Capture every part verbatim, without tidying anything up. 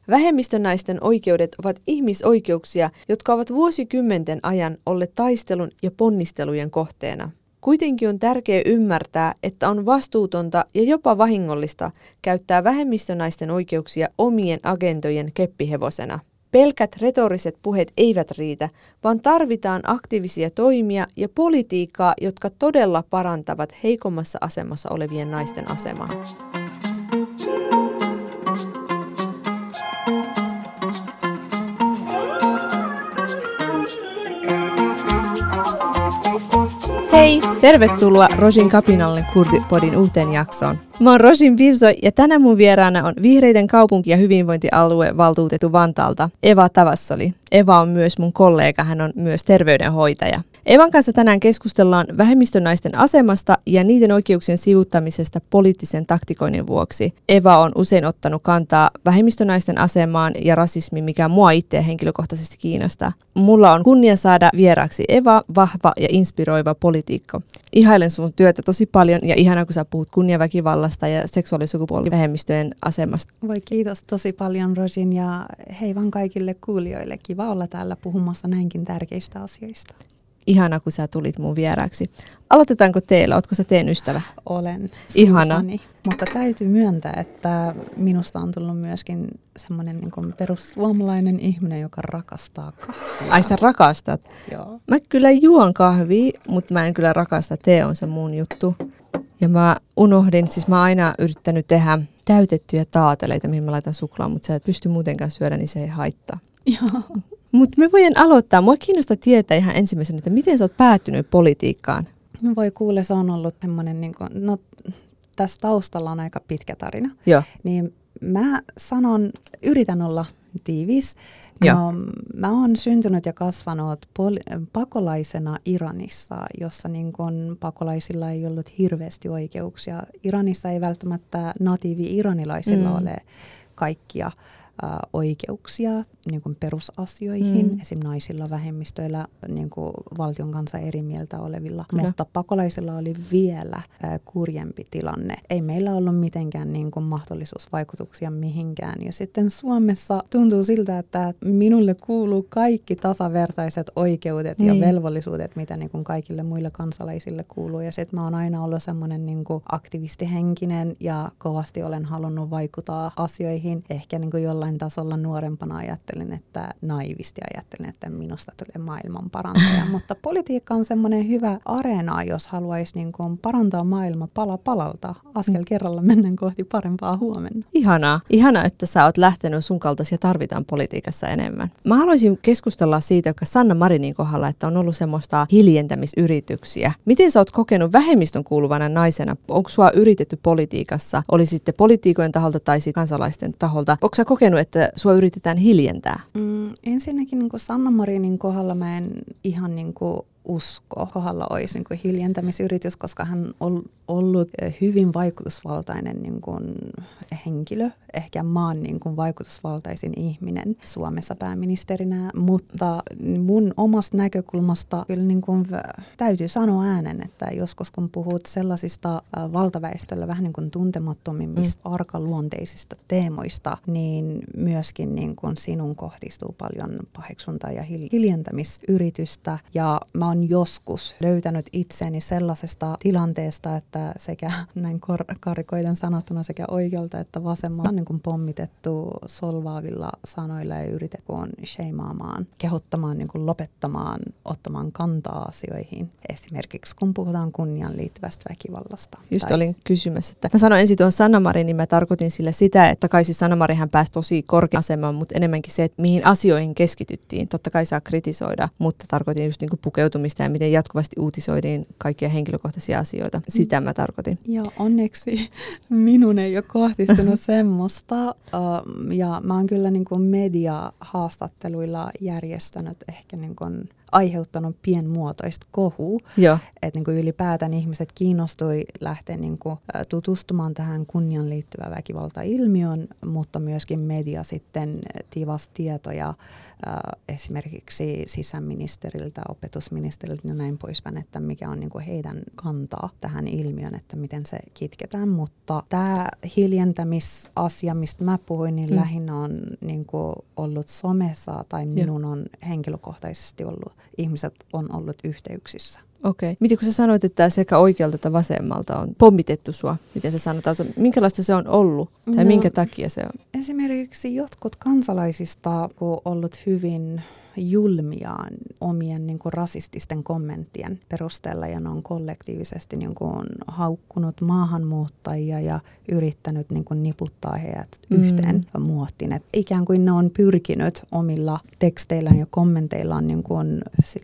Vähemmistönaisten oikeudet ovat ihmisoikeuksia, jotka ovat vuosikymmenten ajan olleet taistelun ja ponnistelujen kohteena. Kuitenkin on tärkeää ymmärtää, että on vastuutonta ja jopa vahingollista käyttää vähemmistönaisten oikeuksia omien agendojen keppihevosena. Pelkät retoriset puheet eivät riitä, vaan tarvitaan aktiivisia toimia ja politiikkaa, jotka todella parantavat heikommassa asemassa olevien naisten asemaa. Hei! Tervetuloa Rojin kapinallinen Kurdipodin uuteen jaksoon. Mä oon Rojin Birzo ja tänään mun vieraana on Vihreiden kaupunki- ja hyvinvointialue valtuutettu Vantaalta Eva Tavassoli. Eva on myös mun kollega, hän on myös terveydenhoitaja. Evan kanssa tänään keskustellaan vähemmistönaisten asemasta ja niiden oikeuksien sivuuttamisesta poliittisen taktikoinnin vuoksi. Eva on usein ottanut kantaa vähemmistönaisten asemaan ja rasismiin, mikä mua itseä henkilökohtaisesti kiinnostaa. Mulla on kunnia saada vieraaksi Eva, vahva ja inspiroiva poliitikko. Ihailen sun työtä tosi paljon ja ihanaa, kun sä puhut kunniaväkivallasta ja seksuaalisukupuolivähemmistöjen asemasta. Voi kiitos tosi paljon Rojin ja hei vaan kaikille kuulijoille. Kiva olla täällä puhumassa näinkin tärkeistä asioista. Ihana, kun sä tulit mun vieraaksi. Aloitetaanko teillä? Ootko sä teen ystävä? Olen. Ihana. Fani. Mutta täytyy myöntää, että minusta on tullut myöskin semmoinen niin kuin perussuomalainen ihminen, joka rakastaa kahvia. Ai sä rakastat? Joo. Mä kyllä juon kahvia, mutta mä en kyllä rakasta. Tee on se mun juttu. Ja mä unohdin, siis mä oon aina yrittänyt tehdä täytettyjä taateleita, mihin mä laitan suklaa, mutta sä et pysty muutenkaan syödä, niin se ei haittaa. Joo. Mutta me voidaan aloittaa. Mua kiinnostaa tietää ihan ensimmäisenä, että miten sä oot päättynyt politiikkaan? No voi kuule, se on ollut semmoinen, niin kuin, no tässä taustalla on aika pitkä tarina. Joo. Niin mä sanon, yritän olla tiivis. No, mä oon syntynyt ja kasvanut poli- pakolaisena Iranissa, jossa niin kun pakolaisilla ei ollut hirveästi oikeuksia. Iranissa ei välttämättä natiivi-iranilaisilla mm. ole kaikkia ä, oikeuksia niin kun perusasioihin, mm. esim. Naisilla, vähemmistöillä, niin kun valtion kanssa eri mieltä olevilla, Kyllä. mutta pakolaisilla oli vielä ä, kurjempi tilanne. Ei meillä ollut mitenkään niin kun mahdollisuusvaikutuksia mihinkään. Ja sitten Suomessa tuntuu siltä, että minulle kuuluu kaikki tasavertaiset oikeudet niin. ja velvollisuudet, mitä niin kun kaikille muille kansalaisille kuuluu. Ja sitten mä oon aina ollut semmoinen niin kun aktivistihenkinen ja kovasti olen halunnut vaikuttaa asioihin. Ehkä niin kun jollain tasolla nuorempana ajattelin, että naivisti ajattelin, että minusta tulee maailman parantaja, mutta politiikka on semmoinen hyvä areena, jos haluaisi niin kuin parantaa maailma pala palalta. Askel mm. kerralla mennään kohti parempaa huomenna. Ihanaa. Ihanaa, että sä oot lähtenyt, sun kaltaisia tarvitaan politiikassa enemmän. Mä haluaisin keskustella siitä, joka Sanna Marinin kohdalla, että on ollut semmoista hiljentämisyrityksiä. Miten sä oot kokenut vähemmistön kuuluvana naisena? Onko sua yritetty politiikassa? Oli sitten poliitikojen taholta tai sitten kansalaisten taholta? Onko sä kokenut, että sua yritetään hiljentää? Mm, ensinnäkin niin kuin Sanna Marinin kohdalla mä en ihan niin kuin usko. Kohdalla olisi niin kuin hiljentämisyritys, koska hän on ollut hyvin vaikutusvaltainen niin kuin henkilö, ehkä maan niin kuin vaikutusvaltaisin ihminen Suomessa pääministerinä, mutta mun omasta näkökulmasta kyllä niin kuin täytyy sanoa äänen, että joskus kun puhut sellaisista valtaväestöllä vähän niin kuin tuntemattomimmista, mm. arkaluonteisista teemoista, niin myöskin niin kuin sinun kohdistuu paljon paheksuntaa ja hiljentämisyritystä. Ja mä oon joskus löytänyt itseni sellaisesta tilanteesta, että sekä näin kor- karikoiden sanottuna sekä oikealta että vasemmalla on niin kuin pommitettu solvaavilla sanoilla ja yritetty sheimaamaan, kehottamaan, niin kuin lopettamaan, ottamaan kantaa asioihin. Esimerkiksi kun puhutaan kunniaan liittyvästä väkivallasta. Just olin kysymässä, että mä sanoin ensin tuon Sanna Marin, niin mä tarkoitin sille sitä, että kai siis Sanna Marin hän pääsi tosi korkean asemaan, mutta enemmänkin se, että mihin asioihin keskityttiin. Totta kai saa kritisoida, mutta tarkoitin just niin kuin pukeutumista ja miten jatkuvasti uutisoitiin kaikkia henkilökohtaisia asioita. Sitä mä tarkoitin. Joo, onneksi minun ei ole kohdistunut semmoista. Ja mä oon kyllä niin kuin media-haastatteluilla järjestänyt ehkä niin kuin aiheuttanut pienmuotoista kohua. Että niin ylipäätään ihmiset kiinnostui lähteä niin kuin tutustumaan tähän kunniaan liittyvään väkivaltailmiön, mutta myöskin media sitten tivasi tietoja äh, esimerkiksi sisäministeriltä, opetusministeriltä ja näin poispäin, että mikä on niin kuin heidän kantaa tähän ilmiön, että miten se kitketään. Mutta tämä hiljentämisasia, mistä mä puhuin, niin mm. lähinnä on niin kuin ollut somessa tai minun Joo. on henkilökohtaisesti ollut, ihmiset on ollut yhteyksissä. Okei. Okay. Miten kun sä sanoit, että sekä oikealta että vasemmalta on pommitettu sua, miten sä sanotaan, minkälaista se on ollut tai no, minkä takia se on? Esimerkiksi jotkut kansalaisista on ollut hyvin julmia omien niin kuin rasististen kommenttien perusteella ja ne on kollektiivisesti niin kuin haukkunut maahanmuuttajia ja yrittänyt niin kuin niputtaa heidät mm. yhteen muottiin. Et ikään kuin ne on pyrkinyt omilla teksteillään ja kommenteillaan niin kuin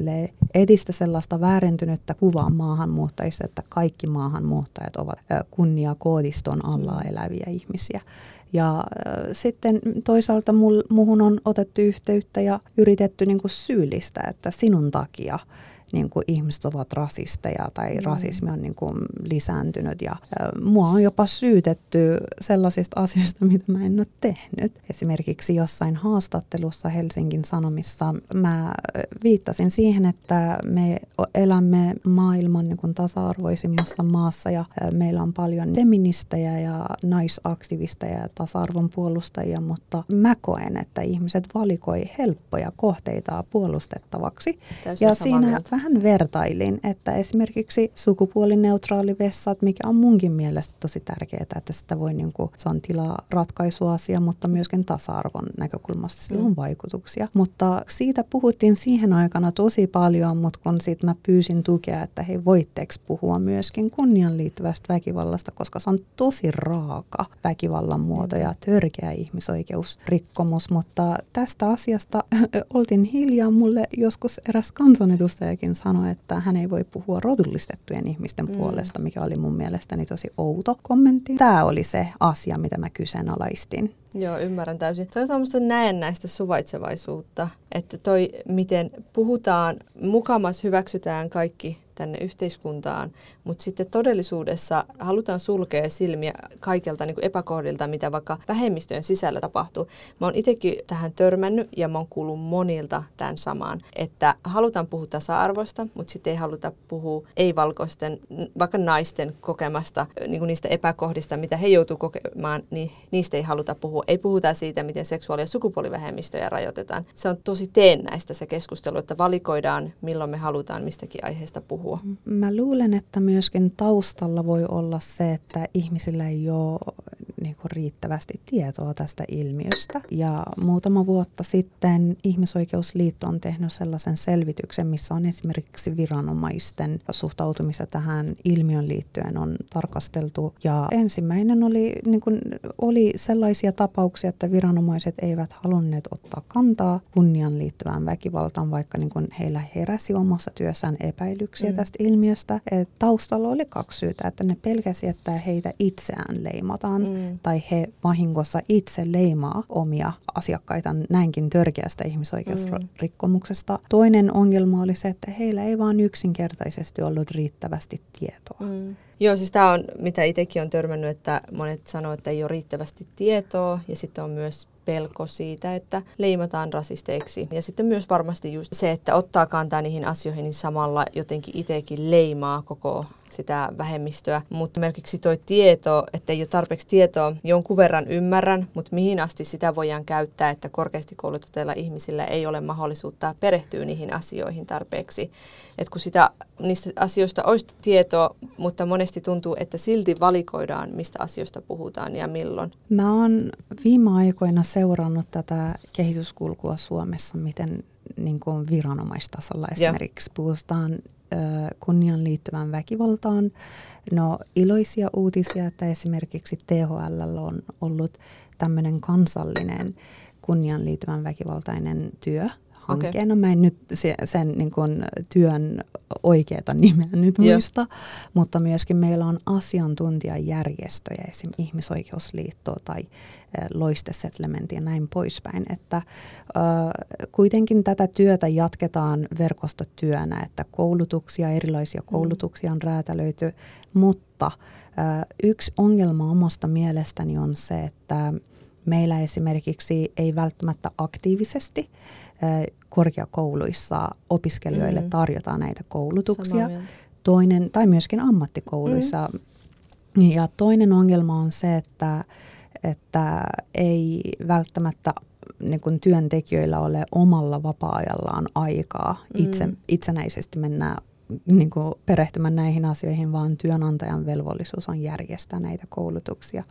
edistä sellaista väärentynyttä kuvaa maahanmuuttajista, että kaikki maahanmuuttajat ovat kunniakoodiston alla eläviä ihmisiä. Ja äh, sitten toisaalta mul, muhun on otettu yhteyttä ja yritetty niin kuin syyllistää, että sinun takia niin kuin ihmiset ovat rasisteja tai mm. rasismi on niin kuin lisääntynyt. Ja äh, mua on jopa syytetty sellaisista asioista, mitä mä en ole tehnyt. Esimerkiksi jossain haastattelussa Helsingin Sanomissa mä viittasin siihen, että me elämme maailman niin kuin tasa-arvoisimmassa maassa ja äh, meillä on paljon feministejä ja naisaktivisteja ja tasa-arvon puolustajia, mutta mä koen, että ihmiset valikoi helppoja kohteita puolustettavaksi. Täysin ja siinä mieltä. Vähän vertailin, että esimerkiksi sukupuolineutraali vessat, mikä on munkin mielestä tosi tärkeää, että sitä voi niin kuin, se on tilaratkaisuasia, mutta myöskin tasa-arvon näkökulmasta sillä on vaikutuksia. Mutta siitä puhuttiin siihen aikana tosi paljon, mutta kun sitten mä pyysin tukea, että hei, voitteeko puhua myöskin kunniaan liittyvästä väkivallasta, koska se on tosi raaka väkivallan muoto ja törkeä ihmisoikeusrikkomus, mutta tästä asiasta oltiin hiljaa. Mulle joskus eräs kansanedustajakin sanoi, että hän ei voi puhua rodullistettujen ihmisten mm. puolesta, mikä oli mun mielestäni tosi outo kommentti. Tämä oli se asia, mitä mä kyseenalaistin. Joo, ymmärrän täysin. Toi on tämmöistä näennäistä suvaitsevaisuutta, että toi, miten puhutaan, mukamas hyväksytään kaikki tänne yhteiskuntaan, mutta sitten todellisuudessa halutaan sulkea silmiä kaikilta niin kuin epäkohdilta, mitä vaikka vähemmistöjen sisällä tapahtuu. Mä oon itsekin tähän törmännyt ja mä oon kuullut monilta tämän samaan, että halutaan puhua tasa-arvosta, mutta sitten ei haluta puhua ei-valkoisten, vaikka naisten kokemasta, niin kuin niistä epäkohdista, mitä he joutuu kokemaan, niin niistä ei haluta puhua. Ei puhuta siitä, miten seksuaali- ja sukupuolivähemmistöjä rajoitetaan. Se on tosi teennäistä se keskustelu, että valikoidaan, milloin me halutaan mistäkin aiheesta puhua. Mä luulen, että myöskin taustalla voi olla se, että ihmisillä ei ole niin kuin riittävästi tietoa tästä ilmiöstä. Ja muutama vuotta sitten Ihmisoikeusliitto on tehnyt sellaisen selvityksen, missä on esimerkiksi viranomaisten suhtautumista tähän ilmiön liittyen on tarkasteltu. Ja ensimmäinen oli, niin kuin, oli sellaisia tapauksia, että viranomaiset eivät halunneet ottaa kantaa kunniaan liittyvään väkivaltaan, vaikka niin kuin heillä heräsi omassa työssään epäilyksiä mm. tästä ilmiöstä. Et taustalla oli kaksi syytä, että ne pelkäsi, että heitä itseään leimataan mm. tai he vahingossa itse leimaa omia asiakkaitaan näinkin törkeästä ihmisoikeusrikkomuksesta. Mm. Toinen ongelma oli se, että heillä ei vaan yksinkertaisesti ollut riittävästi tietoa. Mm. Joo, siis tämä on, mitä itsekin on törmännyt, että monet sanoo, että ei ole riittävästi tietoa ja sitten on myös pelko siitä, että leimataan rasisteiksi. Ja sitten myös varmasti just se, että ottaa kantaa niihin asioihin, niin samalla jotenkin itsekin leimaa koko sitä vähemmistöä. Mutta esimerkiksi toi tieto, että ei ole tarpeeksi tietoa, jonkun verran ymmärrän, mutta mihin asti sitä voidaan käyttää, että korkeasti koulutetuilla ihmisillä ei ole mahdollisuutta perehtyä niihin asioihin tarpeeksi. Että kun sitä, niistä asioista olisi tietoa, mutta monesti tuntuu, että silti valikoidaan, mistä asioista puhutaan ja milloin. Mä oon viime aikoina seurannut tätä kehityskulkua Suomessa, miten niin kuin viranomaistasolla esimerkiksi ja. puhutaan ö, kunniaan liittyvään väkivaltaan. No iloisia uutisia, että esimerkiksi T H L on ollut tämmöinen kansallinen kunniaan liittyvän väkivaltainen työ. hankkeen. Okay. Mä en nyt sen niin kuin, työn oikeata nimeä nyt muista, mutta myöskin meillä on asiantuntijajärjestöjä, esimerkiksi Ihmisoikeusliitto tai Loiste Settlement ja näin poispäin. Että, äh, kuitenkin tätä työtä jatketaan verkostotyönä, että koulutuksia, erilaisia koulutuksia on räätälöity, mutta äh, yksi ongelma omasta mielestäni on se, että meillä esimerkiksi ei välttämättä aktiivisesti äh, korkeakouluissa opiskelijoille mm. tarjotaan näitä koulutuksia. Toinen, tai myöskin ammattikouluissa. Mm. Ja toinen ongelma on se, että että ei välttämättä niin kuin työntekijöillä ole omalla vapaa-ajallaan aikaa itse, mm. itsenäisesti mennä niin kuin perehtymään näihin asioihin, vaan työnantajan velvollisuus on järjestää näitä koulutuksia.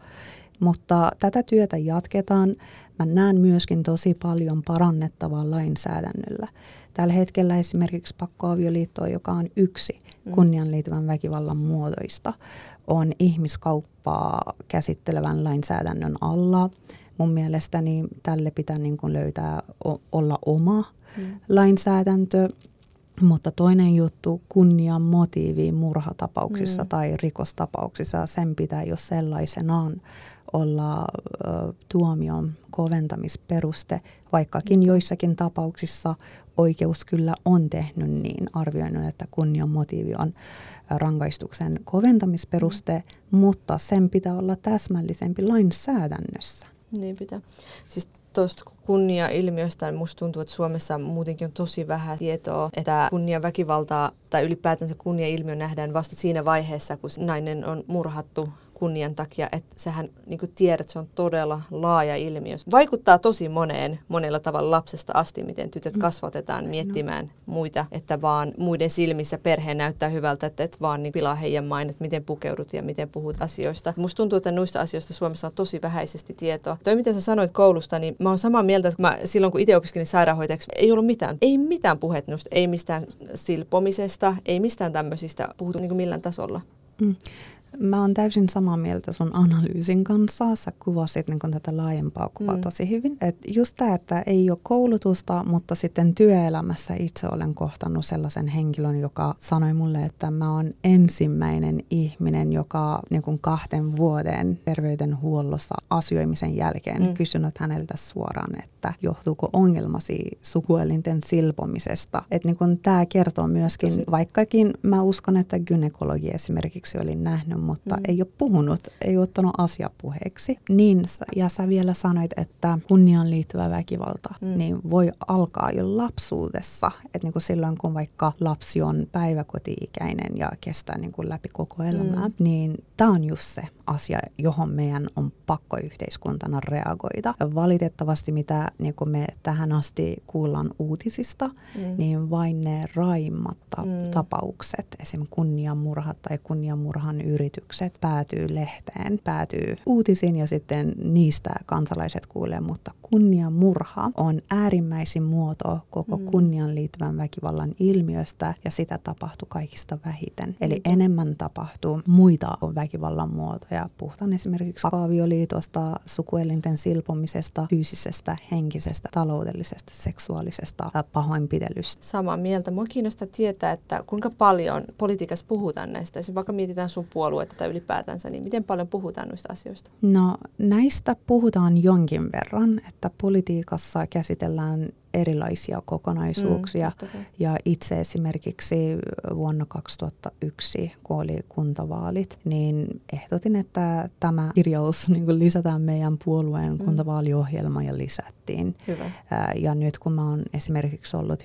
Mutta tätä työtä jatketaan. Mä näen myöskin tosi paljon parannettavaa lainsäädännöllä. Tällä hetkellä esimerkiksi pakkoavioliitto, joka on yksi kunniaan liittyvän väkivallan muodoista, on ihmiskauppaa käsittelevän lainsäädännön alla. Mun mielestäni tälle pitää niin kuin löytää o- olla oma mm. lainsäädäntö, mutta toinen juttu kunnian motiivi murhatapauksissa mm. tai rikostapauksissa, sen pitää jo sellaisenaan olla ö, tuomion koventamisperuste, vaikkakin joissakin tapauksissa oikeus kyllä on tehnyt niin, arvioinut, että kunnian motiivi on rangaistuksen koventamisperuste, mm. mutta sen pitää olla täsmällisempi lainsäädännössä. Niin pitää. Siis tuosta kunnia-ilmiöstä musta tuntuu, että Suomessa muutenkin on tosi vähän tietoa, että kunniaväkivaltaa tai ylipäätänsä kunnia-ilmiö nähdään vasta siinä vaiheessa, kun nainen on murhattu kunnian takia, että sähän niin kuin tiedät, että se on todella laaja ilmiö. Vaikuttaa tosi moneen, monella tavalla lapsesta asti, miten tytöt kasvatetaan miettimään no. muita, että vaan muiden silmissä perhe näyttää hyvältä, että et vaan niin pilaa heidän mainet, miten pukeudut ja miten puhut asioista. Musta tuntuu, että noista asioista Suomessa on tosi vähäisesti tietoa. Toi, mitä sä sanoit koulusta, niin mä oon samaa mieltä, että mä, silloin kun itse opiskelin sairaanhoitajaksi, ei ollut mitään, ei mitään puhetta noista, ei mistään silpomisesta, ei mistään tämmöisistä puhuttu niin kuin millään tasolla. Mm. Mä oon täysin samaa mieltä sun analyysin kanssa. Sä kuvasit niin kun tätä laajempaa kuvaa mm. tosi hyvin. Et just tämä, että ei ole koulutusta, mutta sitten työelämässä itse olen kohtannut sellaisen henkilön, joka sanoi mulle, että mä oon ensimmäinen ihminen, joka niin kun kahden vuoden terveydenhuollossa asioimisen jälkeen mm. kysynyt häneltä suoraan, että johtuuko ongelmasi sukuelinten silpomisesta. Että niin kun tämä kertoo myöskin, tosi. Vaikkakin mä uskon, että gynekologi esimerkiksi oli nähnyt, mutta mm. ei ole puhunut, ei ole ottanut asiaa puheeksi. Niin, ja sä vielä sanoit, että kunniaan liittyvä väkivalta mm. niin voi alkaa jo lapsuudessa. Että niin kuin silloin, kun vaikka lapsi on päiväkoti-ikäinen ja kestää niin kuin läpi koko elämää, mm. niin tämä on just se asia, johon meidän on pakko yhteiskuntana reagoida. Valitettavasti, mitä niin kuin me tähän asti kuullaan uutisista, mm. niin vain ne raimmat ta- mm. tapaukset, esimerkiksi kunniamurhat tai kunniamurhan yritykset päätyy lehteen, päätyy uutisiin ja sitten niistä kansalaiset kuulee, mutta kunniamurha on äärimmäisin muoto koko mm. kunniaan liittyvän väkivallan ilmiöstä ja sitä tapahtuu kaikista vähiten. Eli mm. enemmän tapahtuu muita väkivallan muotoja. Puhutaan esimerkiksi pakkoavioliitosta, sukuelinten silpomisesta, fyysisestä, henkisestä, taloudellisesta, seksuaalisesta pahoinpitelystä. Samaa mieltä. Mua kiinnostaa tietää, että kuinka paljon politiikassa puhutaan näistä. Esimerkiksi vaikka mietitään sun puoluetta tai ylipäätänsä, niin miten paljon puhutaan noista asioista? No näistä puhutaan jonkin verran, että politiikassa käsitellään erilaisia kokonaisuuksia. Mm, ja itse esimerkiksi vuonna kaksituhattayksi, kun oli kuntavaalit, niin ehdotin, että tämä kirjaus niin kuin lisätään meidän puolueen mm. kuntavaaliohjelmaan ja lisättiin. Hyvä. Ja nyt kun mä oon esimerkiksi ollut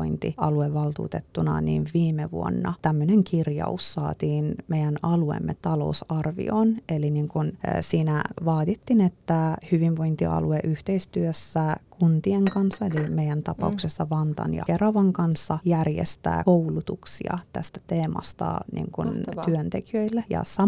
hyvinvointialuevaltuutettuna, niin viime vuonna tämmöinen kirjaus saatiin meidän alueemme talousarvioon. Eli niin kuin siinä vaadittiin, että hyvinvointialue yhteistyössä kuntien kanssa, eli meidän tapauksessa Vantaan ja Keravan kanssa järjestää koulutuksia tästä teemasta niin kuin työntekijöille. Ja sama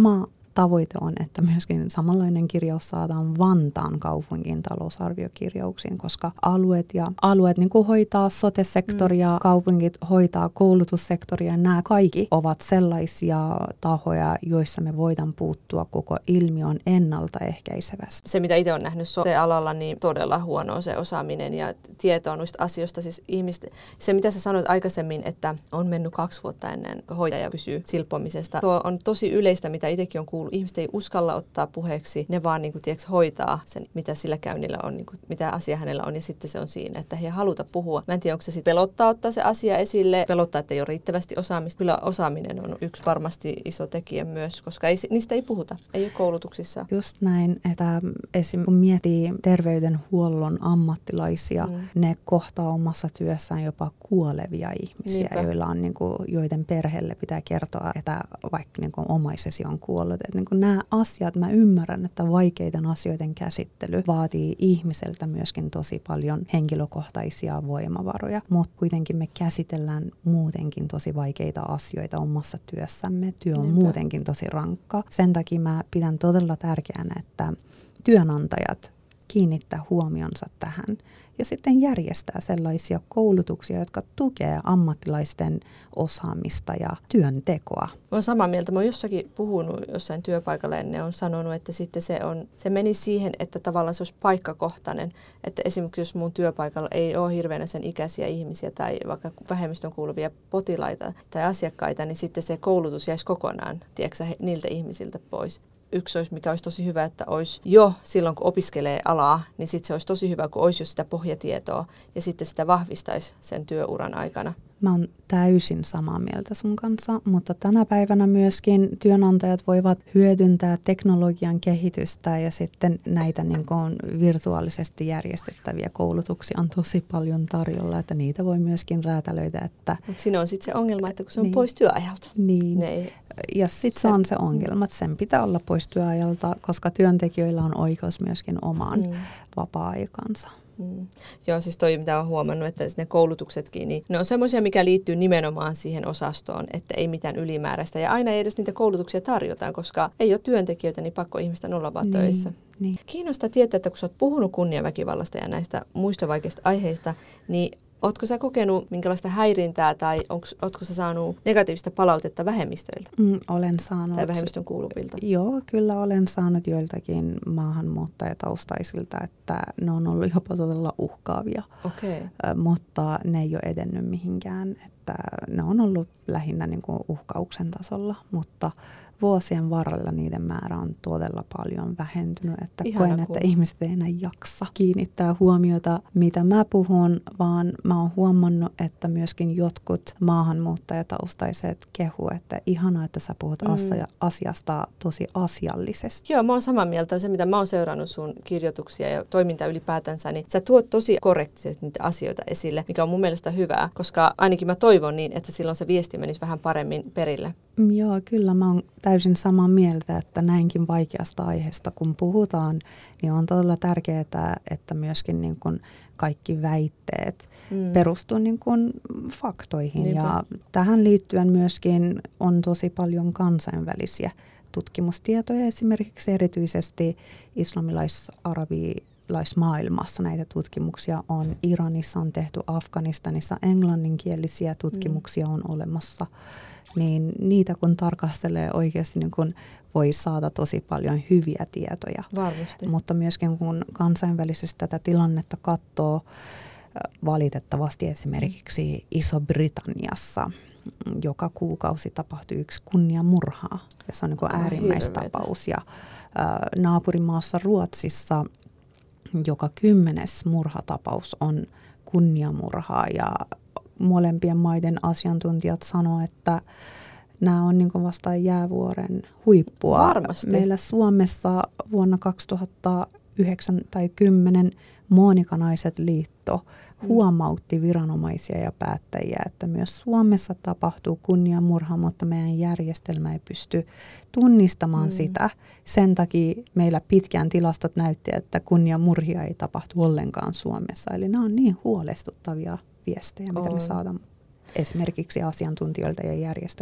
tavoite on, että myöskin samanlainen kirjaus saadaan Vantaan kaupungin talousarviokirjauksiin, koska alueet ja alueet niin kuin hoitaa sote-sektoria, mm. kaupungit hoitaa koulutussektoria, nämä kaikki ovat sellaisia tahoja, joissa me voidaan puuttua koko ilmiön ennaltaehkäisevästi. Se, mitä itse olen nähnyt sote-alalla, niin todella huono se osaaminen ja tietoa noista asioista. Siis ihmiset, se, mitä sä sanoit aikaisemmin, että on mennyt kaksi vuotta ennen hoitaja kysyy silpomisesta. Tuo on tosi yleistä, mitä itsekin on kuullut. Ihmiset ei uskalla ottaa puheeksi, ne vaan niin kuin, tiedätkö, hoitaa sen, mitä sillä käynnillä on, niin kuin, mitä asia hänellä on, ja sitten se on siinä, että he ei haluta puhua. Mä en tiedä, onko se sitten pelottaa ottaa se asia esille, pelottaa, että ei ole riittävästi osaamista. Kyllä osaaminen on yksi varmasti iso tekijä myös, koska ei, niistä ei puhuta, ei ole koulutuksissa. Just näin, että esim. Kun miettii terveydenhuollon ammattilaisia, mm. ne kohtaa omassa työssään jopa kuolevia ihmisiä, Niinpä. joilla on, niin kuin, joiden perheelle pitää kertoa, että vaikka niin kuin, omaisesi on kuollut. Että, niin kuin, nämä asiat, mä ymmärrän, että vaikeiden asioiden käsittely vaatii ihmiseltä myöskin tosi paljon henkilökohtaisia voimavaroja, mutta kuitenkin me käsitellään muutenkin tosi vaikeita asioita omassa työssämme. Työ on Niinpä. muutenkin tosi rankka. Sen takia mä pidän todella tärkeänä, että työnantajat kiinnittää huomionsa tähän ja sitten järjestää sellaisia koulutuksia, jotka tukee ammattilaisten osaamista ja työntekoa. Mä oon samaa mieltä. Mä oon jossakin puhunut jossain työpaikalla ja ne on sanonut, että sitten se, on, se meni siihen, että tavallaan se olisi paikkakohtainen. Että esimerkiksi jos mun työpaikalla ei ole hirveänä sen ikäisiä ihmisiä tai vaikka vähemmistön kuuluvia potilaita tai asiakkaita, niin sitten se koulutus jäisi kokonaan, tiedätkö, niiltä ihmisiltä pois. Yksi olisi, mikä olisi tosi hyvä, että olisi jo silloin, kun opiskelee alaa, niin sitten se olisi tosi hyvä, kun olisi jo sitä pohjatietoa ja sitten sitä vahvistaisi sen työuran aikana. Mä oon täysin samaa mieltä sun kanssa, mutta tänä päivänä myöskin työnantajat voivat hyödyntää teknologian kehitystä ja sitten näitä niin kuin virtuaalisesti järjestettäviä koulutuksia on tosi paljon tarjolla, että niitä voi myöskin räätälöidä. Että Mutta siinä on sitten se ongelma, että kun se on niin. pois työajalta. Niin, ne ja sitten se on se ongelma, että sen pitää olla pois työajalta, koska työntekijöillä on oikeus myöskin omaan mm. vapaa-aikansa. Mm. Joo, siis toi, mitä olen huomannut, että ne koulutuksetkin, niin ne on semmoisia, mikä liittyy nimenomaan siihen osastoon, että ei mitään ylimääräistä. Ja aina ei edes niitä koulutuksia tarjotaan, koska ei ole työntekijöitä, niin pakko ihmisten olla vaan niin, töissä. Niin. Kiinnostaa tietää, että kun sä oot puhunut kunniaväkivallasta ja näistä muista vaikeista aiheista, niin ootko sä kokenut minkälaista häirintää tai onks, ootko sä saanut negatiivista palautetta vähemmistöiltä? Mm, olen saanut. Tai vähemmistön kuuluvilta? Joo, kyllä olen saanut joiltakin maahanmuuttajataustaisilta, että ne on ollut jopa todella uhkaavia. Okay. Mutta ne ei ole edennyt mihinkään, että ne on ollut lähinnä niin kuin uhkauksen tasolla, mutta vuosien varrella niiden määrä on todella paljon vähentynyt, että Ihana koen, kuva. Että ihmiset ei enää jaksa kiinnittää huomiota, mitä mä puhun, vaan mä oon huomannut, että myöskin jotkut maahanmuuttajataustaiset kehu, että ihanaa, että sä puhut mm. asiasta tosi asiallisesti. Joo, mä oon samaa mieltä. Se, mitä mä oon seurannut sun kirjoituksia ja toiminta ylipäätänsä, niin sä tuot tosi korrektisesti niitä asioita esille, mikä on mun mielestä hyvää, koska ainakin mä toivon niin, että silloin se viesti menisi vähän paremmin perille. Joo, kyllä mä oon täysin samaa mieltä, että näinkin vaikeasta aiheesta kun puhutaan, niin on todella tärkeää, että myöskin niin kuin kaikki väitteet mm. perustuu niin kuin faktoihin. Niinpä. Ja tähän liittyen myöskin on tosi paljon kansainvälisiä tutkimustietoja, esimerkiksi erityisesti islamilais-arabilaismaailmassa näitä tutkimuksia on. Iranissa on tehty, Afganistanissa englanninkielisiä tutkimuksia on olemassa. Niin niitä kun tarkastelee oikeasti, niin kun voi saada tosi paljon hyviä tietoja. Varmasti. Mutta myöskin kun kansainvälisesti tätä tilannetta katsoo, valitettavasti esimerkiksi Iso-Britanniassa joka kuukausi tapahtuu yksi kunniamurhaa. Ja se on niin kuin äärimmäistapaus. Ja ä, naapurimaassa Ruotsissa joka kymmenes murhatapaus on kunniamurhaa ja molempien maiden asiantuntijat sanoo, että nämä on niin kuin vasta jäävuoren huippua. Varmasti. Meillä Suomessa vuonna kaksituhattayhdeksän tai kymmenen Moonikanaiset liitto huomautti viranomaisia ja päättäjiä, että myös Suomessa tapahtuu kunniamurha, mutta meidän järjestelmä ei pysty tunnistamaan mm. sitä. Sen takia meillä pitkään tilastot näytti, että kunniamurhia ei tapahtu ollenkaan Suomessa. Eli nämä on niin huolestuttavia viestejä, mitä on. Me saadaan esimerkiksi asiantuntijoilta ja järjestöiltä.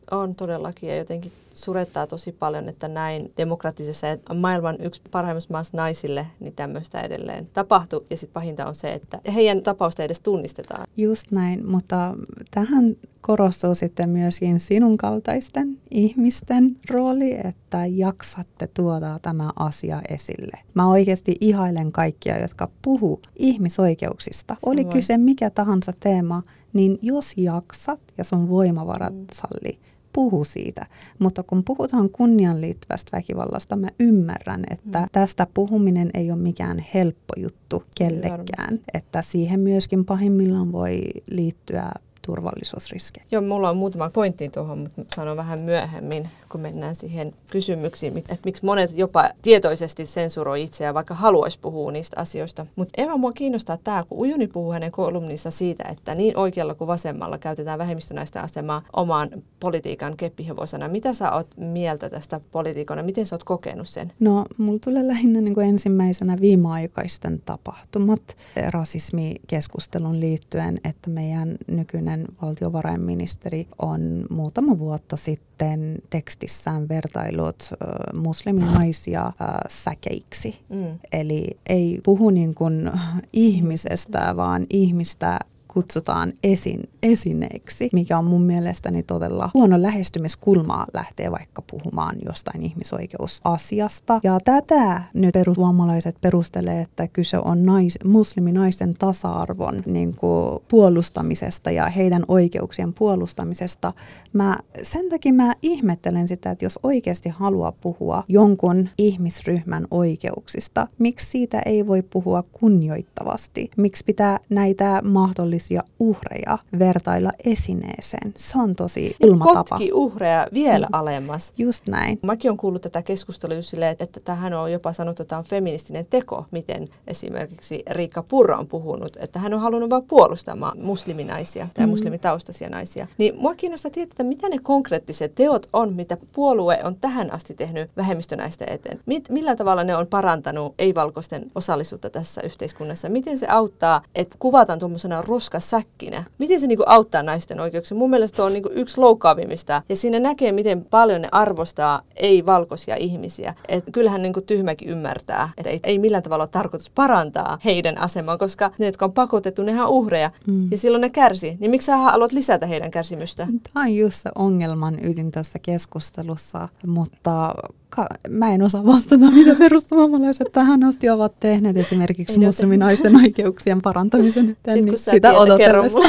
On todellakin ja jotenkin surettaa tosi paljon, että näin demokraattisessa ja maailman yksi parhaimmassa maassa naisille niin tämmöistä edelleen tapahtuu. Ja sitten pahinta on se, että heidän tapausta edes tunnistetaan. Just näin, mutta tähän korostuu sitten myöskin sinun kaltaisten ihmisten rooli, että jaksatte tuoda tämä asia esille. Mä oikeasti ihailen kaikkia, jotka puhuu ihmisoikeuksista. Oli kyse mikä tahansa teema, niin jos jaksat ja sun voimavarat mm. salli, puhu siitä. Mutta kun puhutaan kunniaan liittyvästä väkivallasta, mä ymmärrän, että mm. tästä puhuminen ei ole mikään helppo juttu kellekään. Että siihen myöskin pahimmillaan voi liittyä turvallisuusriskejä. Joo, mulla on muutama pointti tuohon, mutta sanon vähän myöhemmin, kun mennään siihen kysymyksiin, että miksi monet jopa tietoisesti sensuroi itseään, vaikka haluaisi puhua niistä asioista. Mutta Eva, mua kiinnostaa tämä, kun Ujuni puhuu hänen kolumnissa siitä, että niin oikealla kuin vasemmalla käytetään vähemmistönaisten asemaa oman politiikan keppihevosana. Mitä sä oot mieltä tästä politiikana? Miten sä oot kokenut sen? No, mulla tulee lähinnä niin kuin ensimmäisenä viimeaikaisten tapahtumat rasismikeskustelun liittyen, että meidän nykyinen valtiovarainministeri on muutama vuotta sitten tekstissään vertailut äh, musliminaisia äh, säkeiksi. Mm. Eli ei puhu niin kuin ihmisestä, vaan ihmistä kutsutaan esin, esineeksi, mikä on mun mielestäni todella huono lähestymiskulmaa lähtee vaikka puhumaan jostain ihmisoikeusasiasta. Ja tätä nyt perussuomalaiset perustelee, että kyse on nais, musliminaisten tasa-arvon niin kuin puolustamisesta ja heidän oikeuksien puolustamisesta. Mä, sen takia mä ihmettelen sitä, että jos oikeasti haluaa puhua jonkun ihmisryhmän oikeuksista, miksi siitä ei voi puhua kunnioittavasti? Miksi pitää näitä mahdollisia uhreja vertailla esineeseen? Se on tosi ilma tapa. Potki uhreja vielä mm. alemmas. Just näin. Mäkin olen kuullut tätä keskustelua just silleen, että tähän on jopa sanottu, että tämä on feministinen teko, miten esimerkiksi Riikka Purra on puhunut, että hän on halunnut vaan puolustamaan musliminaisia tai mm. muslimitaustaisia naisia. Niin mua kiinnostaa tietää, että mitä ne konkreettiset teot on, mitä puolue on tähän asti tehnyt vähemmistönaisten eteen. Mit, millä tavalla ne on parantanut ei-valkoisten osallisuutta tässä yhteiskunnassa? Miten se auttaa, että kuvataan tuommoisena roskasäkkinä? Miten se niinku auttaa naisten oikeuksia? Mun mielestä on niinku yksi loukkaavimmista. Ja siinä näkee, miten paljon ne arvostaa ei-valkoisia ihmisiä. Et kyllähän niinku tyhmäkin ymmärtää, että ei, ei millään tavalla ole tarkoitus parantaa heidän asemaa, koska ne, jotka on pakotettu, nehän on uhreja. Mm. Ja silloin ne kärsii. Niin miksi sä haluat lisätä heidän kärsimystä? Tämä on just se ongelman ydin tässä keskustelussa, mutta ka- mä en osaa vastata, mitä perussuomalaiset tähän asti ovat tehneet esimerkiksi ei musliminaisten oikeuksien parantamisen. Sitten kun sä sitä tiedät, kerro mulle.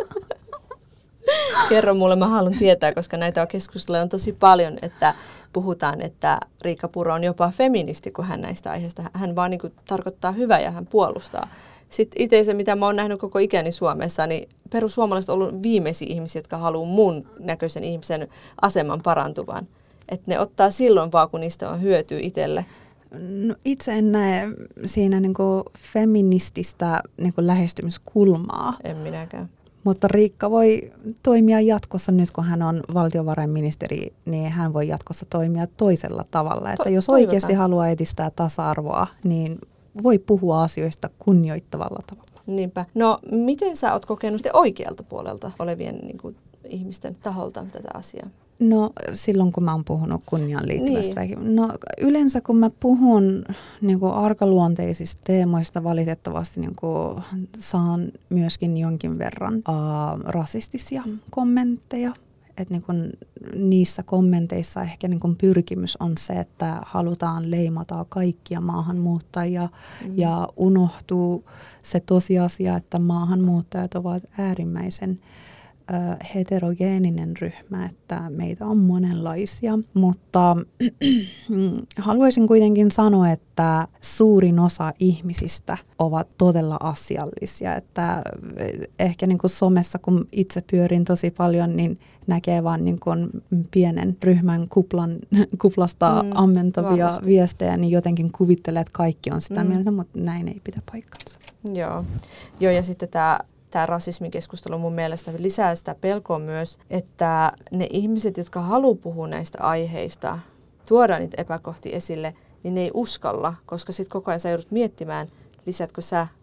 Kerro mulle, mä haluan tietää, koska näitä keskusteluja on tosi paljon, että puhutaan, että Riikka Purra on jopa feministi, kun hän näistä aiheista. Hän vaan niin kuin tarkoittaa hyvää ja hän puolustaa. Sitten itse se, mitä mä oon nähnyt koko ikäni Suomessa, niin perussuomalaiset on ollut viimeisiä ihmisiä, jotka haluaa mun näköisen ihmisen aseman parantuvan. Että ne ottaa silloin vaan, kun niistä on hyötyä itselle. No, itse en näe siinä niinku feminististä niinku lähestymiskulmaa. En minäkään. Mutta Riikka voi toimia jatkossa, nyt kun hän on valtiovarainministeri, niin hän voi jatkossa toimia toisella tavalla. Että to- jos toivotaan. Oikeasti haluaa edistää tasa-arvoa, niin voi puhua asioista kunnioittavalla tavalla. Niinpä. No, miten sä oot kokenut oikealta puolelta olevien niin kuin, ihmisten taholta tätä asiaa? No silloin, kun mä oon puhunut kunniaan liittyvästä niin. väkivallasta. No yleensä, kun mä puhun niin kuin arkaluonteisista teemoista, valitettavasti niin kuin, saan myöskin jonkin verran uh, rasistisia mm. kommentteja. Että niin kun niissä kommenteissa ehkä niin kun pyrkimys on se, että halutaan leimata kaikkia maahanmuuttajia mm. ja unohtuu se tosiasia, että maahanmuuttajat ovat äärimmäisen ö, heterogeeninen ryhmä, että meitä on monenlaisia. Mutta haluaisin kuitenkin sanoa, että suurin osa ihmisistä ovat todella asiallisia. Että ehkä niin kun somessa, kun itse pyörin tosi paljon, niin näkee vaan niin kuin pienen ryhmän kuplan, kuplasta mm, ammentavia varmasti. viestejä, niin jotenkin kuvittelee, että kaikki on sitä mm. mieltä, mutta näin ei pidä paikkansa. Joo, Joo ja sitten tämä, tämä rasismikeskustelu mun mielestä lisää sitä pelkoa myös, että ne ihmiset, jotka haluaa puhua näistä aiheista, tuoda niitä epäkohtia esille, niin ne ei uskalla, koska sitten koko ajan sä joudut miettimään, lisätkö sä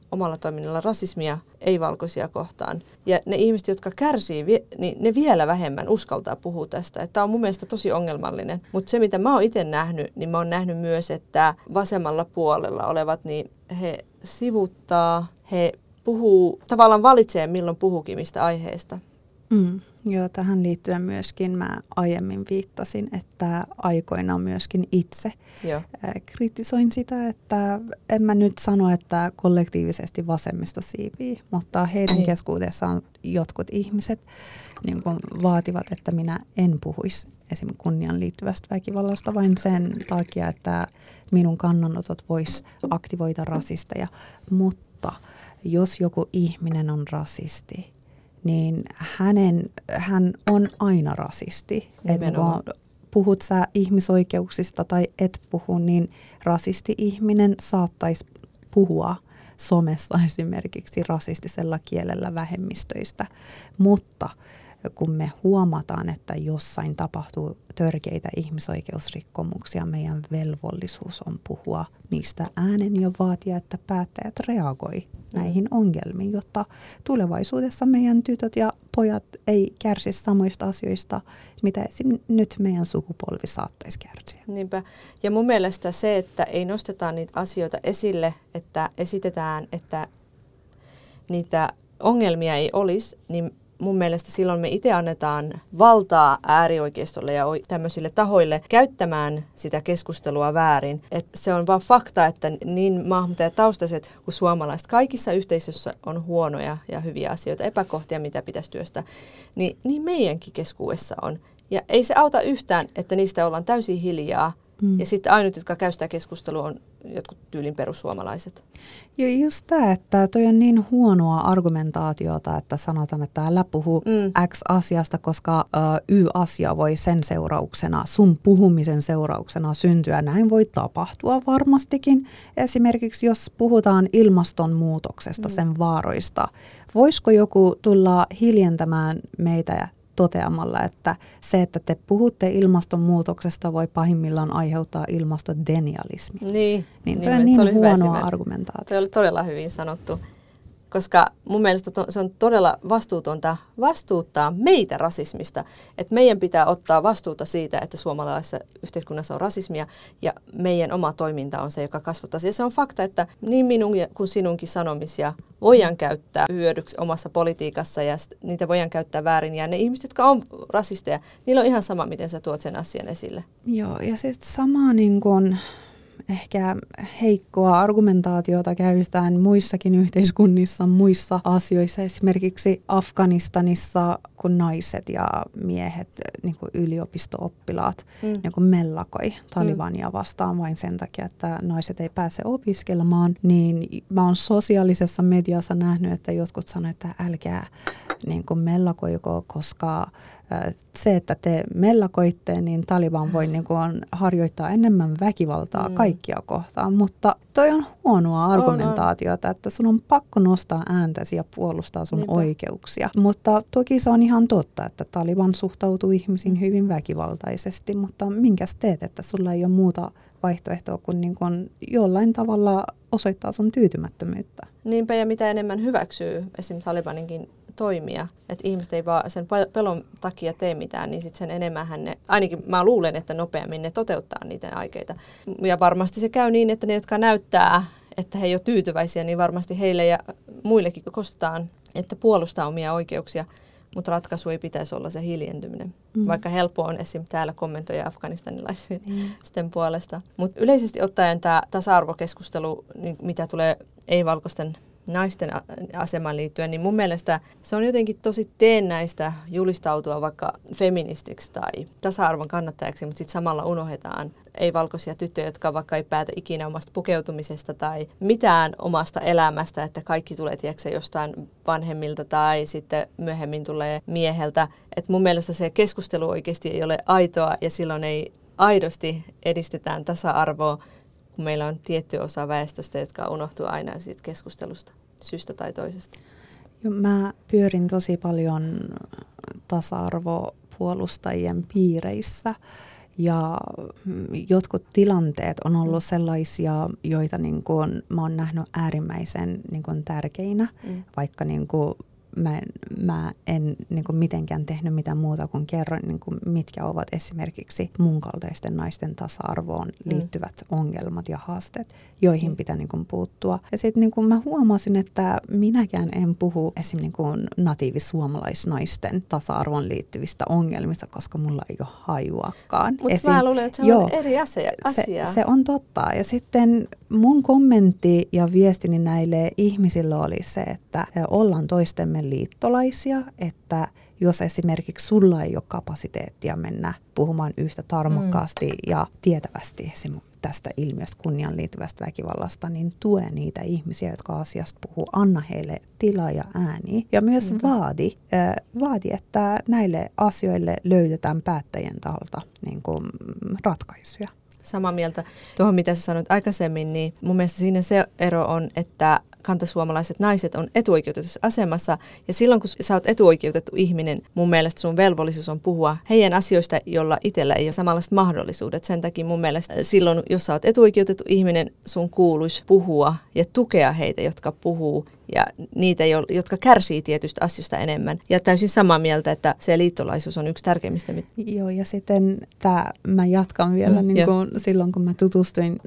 omalla toiminnalla rasismia ei-valkoisia kohtaan. Ja ne ihmiset, jotka kärsii, niin ne vielä vähemmän uskaltaa puhua tästä. Tämä on mun mielestä tosi ongelmallinen. Mutta se, mitä mä oon itse nähnyt, niin mä oon nähnyt myös, että vasemmalla puolella olevat, niin he sivuttaa, he puhuu, tavallaan valitsee milloin puhuukin mistä aiheesta. Mm, joo, tähän liittyen myöskin mä aiemmin viittasin, että aikoinaan myöskin itse joo. kritisoin sitä, että en mä nyt sano, että kollektiivisesti vasemmista siipii, mutta heidän niin. keskuudessaan jotkut ihmiset niin kun vaativat, että minä en puhuisi esimerkiksi kunniaan liittyvästä väkivallasta vain sen takia, että minun kannanotot vois aktivoida rasisteja, mutta jos joku ihminen on rasisti, niin hänen, hän on aina rasisti. Että kun puhut sä ihmisoikeuksista tai et puhu, niin rasisti-ihminen saattaisi puhua somessa esimerkiksi rasistisella kielellä vähemmistöistä. Mutta kun me huomataan, että jossain tapahtuu törkeitä ihmisoikeusrikkomuksia, meidän velvollisuus on puhua niistä äänen ja vaatia, että päättäjät reagoi näihin ongelmiin, jotta tulevaisuudessa meidän tytöt ja pojat ei kärsi samoista asioista, mitä esim. Nyt meidän sukupolvi saattaisi kärsiä. Niinpä. Ja mun mielestä se, että ei nosteta niitä asioita esille, että esitetään, että niitä ongelmia ei olisi, niin mun mielestä silloin me itse annetaan valtaa äärioikeistolle ja tämmöisille tahoille käyttämään sitä keskustelua väärin. Et se on vaan fakta, että niin maahanmuuttajataustaiset kuin suomalaiset kaikissa yhteisöissä on huonoja ja hyviä asioita, epäkohtia, mitä pitäisi työstää. Niin, niin meidänkin keskuudessa on. Ja ei se auta yhtään, että niistä ollaan täysin hiljaa. Mm. Ja sitten ainut, jotka käy sitä keskustelua, on jotkut tyylin perussuomalaiset. Joo, just tämä, että toi on niin huonoa argumentaatiota, että sanotaan, että älä puhu mm. X asiasta, koska ö, Y-asia voi sen seurauksena, sun puhumisen seurauksena syntyä. Näin voi tapahtua varmastikin. Esimerkiksi jos puhutaan ilmastonmuutoksesta, mm. sen vaaroista, voisiko joku tulla hiljentämään meitä toteamalla, että se, että te puhutte ilmastonmuutoksesta, voi pahimmillaan aiheuttaa ilmastodenialismia. Niin, niin toi on niin huonoa argumentaatio. Tuo oli todella hyvin sanottu, koska mun mielestä to, se on todella vastuutonta vastuuttaa meitä rasismista. Että meidän pitää ottaa vastuuta siitä, että suomalaisessa yhteiskunnassa on rasismia ja meidän oma toiminta on se, joka kasvattaa. Ja se on fakta, että niin minun kuin sinunkin sanomisia voidaan käyttää hyödyksi omassa politiikassa ja niitä voidaan käyttää väärin. Ja ne ihmiset, jotka on rasisteja, niillä on ihan sama, miten sä tuot sen asian esille. Joo, ja sitten sama niin kun ehkä heikkoa argumentaatiota käytetään muissakin yhteiskunnissa, muissa asioissa. Esimerkiksi Afganistanissa, kun naiset ja miehet, niin kuin yliopisto-oppilaat, mm. niin kuin mellakoi Talibania vastaan vain sen takia, että naiset ei pääse opiskelemaan, niin mä oon sosiaalisessa mediassa nähnyt, että jotkut sanoivat, että älkää niin kuin mellakoiko, koska se, että te mellakoitte, niin Taliban voi niin kuin harjoittaa enemmän väkivaltaa mm. kaikkia kohtaan, mutta toi on huonoa argumentaatiota, on, on. että sun on pakko nostaa ääntäsi ja puolustaa sun Niinpä. oikeuksia. Mutta toki se on ihan totta, että Taliban suhtautuu ihmisiin hyvin väkivaltaisesti, mutta minkäs teet, että sulla ei ole muuta vaihtoehtoa kuin, niin kuin jollain tavalla osoittaa sun tyytymättömyyttä. Niinpä, ja mitä enemmän hyväksyy esimerkiksi Talibaninkin toimia, että ihmiset ei vaan sen pelon takia tee mitään, niin sitten sen enemmän ne, ainakin mä luulen, että nopeammin ne toteuttaa niitä aikeita. Ja varmasti se käy niin, että ne, jotka näyttää, että he ei ole tyytyväisiä, niin varmasti heille ja muillekin kostetaan, että puolustaa omia oikeuksia, mutta ratkaisu ei pitäisi olla se hiljentyminen. Mm. Vaikka helppo on esimerkiksi täällä kommentoida afganistanilaisia mm. sitten puolesta. Mutta yleisesti ottaen tämä tasa-arvokeskustelu, niin mitä tulee ei-valkoisten naisten asemaan liittyen, niin mun mielestä se on jotenkin tosi teennäistä julistautua vaikka feministiksi tai tasa-arvon kannattajaksi, mutta sitten samalla unohdetaan ei-valkoisia tyttöjä, jotka vaikka ei päätä ikinä omasta pukeutumisesta tai mitään omasta elämästä, että kaikki tulee tiedätkö, jostain vanhemmilta tai sitten myöhemmin tulee mieheltä. Et mun mielestä se keskustelu oikeasti ei ole aitoa ja silloin ei aidosti edistetään tasa-arvoa, kun meillä on tietty osa väestöstä, jotka unohtuu aina siitä keskustelusta syystä tai toisesta. Mä pyörin tosi paljon tasa-arvopuolustajien piireissä Ja jotkut tilanteet on ollut sellaisia, joita niin kuin mä oon nähnyt äärimmäisen niin kuin tärkeinä, mm. vaikka niin kuin Mä en, mä en niin kuin mitenkään tehnyt mitään muuta kuin kerron, niin kuin mitkä ovat esimerkiksi mun kaltaisten naisten tasa-arvoon liittyvät mm. ongelmat ja haasteet, joihin mm. pitää niin kuin puuttua. Ja sitten niin kuin mä huomasin, että minäkään en puhu esimerkiksi niin kuin natiivisuomalaisnaisten tasa-arvoon liittyvistä ongelmista, koska mulla ei ole hajuakaan. Mutta mä luulen, että se joo, on eri asia. Se, se on totta. Ja sitten mun kommentti ja viestini näille ihmisille oli se, että ollaan toistemme liittolaisia, että jos esimerkiksi sulla ei ole kapasiteettia mennä puhumaan yhtä tarmokkaasti mm. ja tietävästi tästä ilmiöstä kunniaan liittyvästä väkivallasta, niin tue niitä ihmisiä, jotka asiasta puhuu, anna heille tilaa ja ääniä. Ja myös mm. vaadi, äh, vaadi, että näille asioille löydetään päättäjien taholta niin kuin ratkaisuja. Samaa mieltä tuohon, mitä sä sanoit aikaisemmin, niin mun mielestä siinä se ero on, että kantasuomalaiset naiset on etuoikeutetussa asemassa, ja silloin kun sä oot etuoikeutettu ihminen, mun mielestä sun velvollisuus on puhua heidän asioista, jolla itsellä ei ole samanlaiset mahdollisuudet. Sen takia mun mielestä silloin, jos sä oot etuoikeutettu ihminen, sun kuuluisi puhua ja tukea heitä, jotka puhuu, ja niitä, jotka kärsii tietystä asioista enemmän. Ja täysin samaa mieltä, että se liittolaisuus on yksi tärkeimmistä. Joo, ja sitten tää, mä jatkan vielä mm, niin kun, silloin, kun mä tutustuin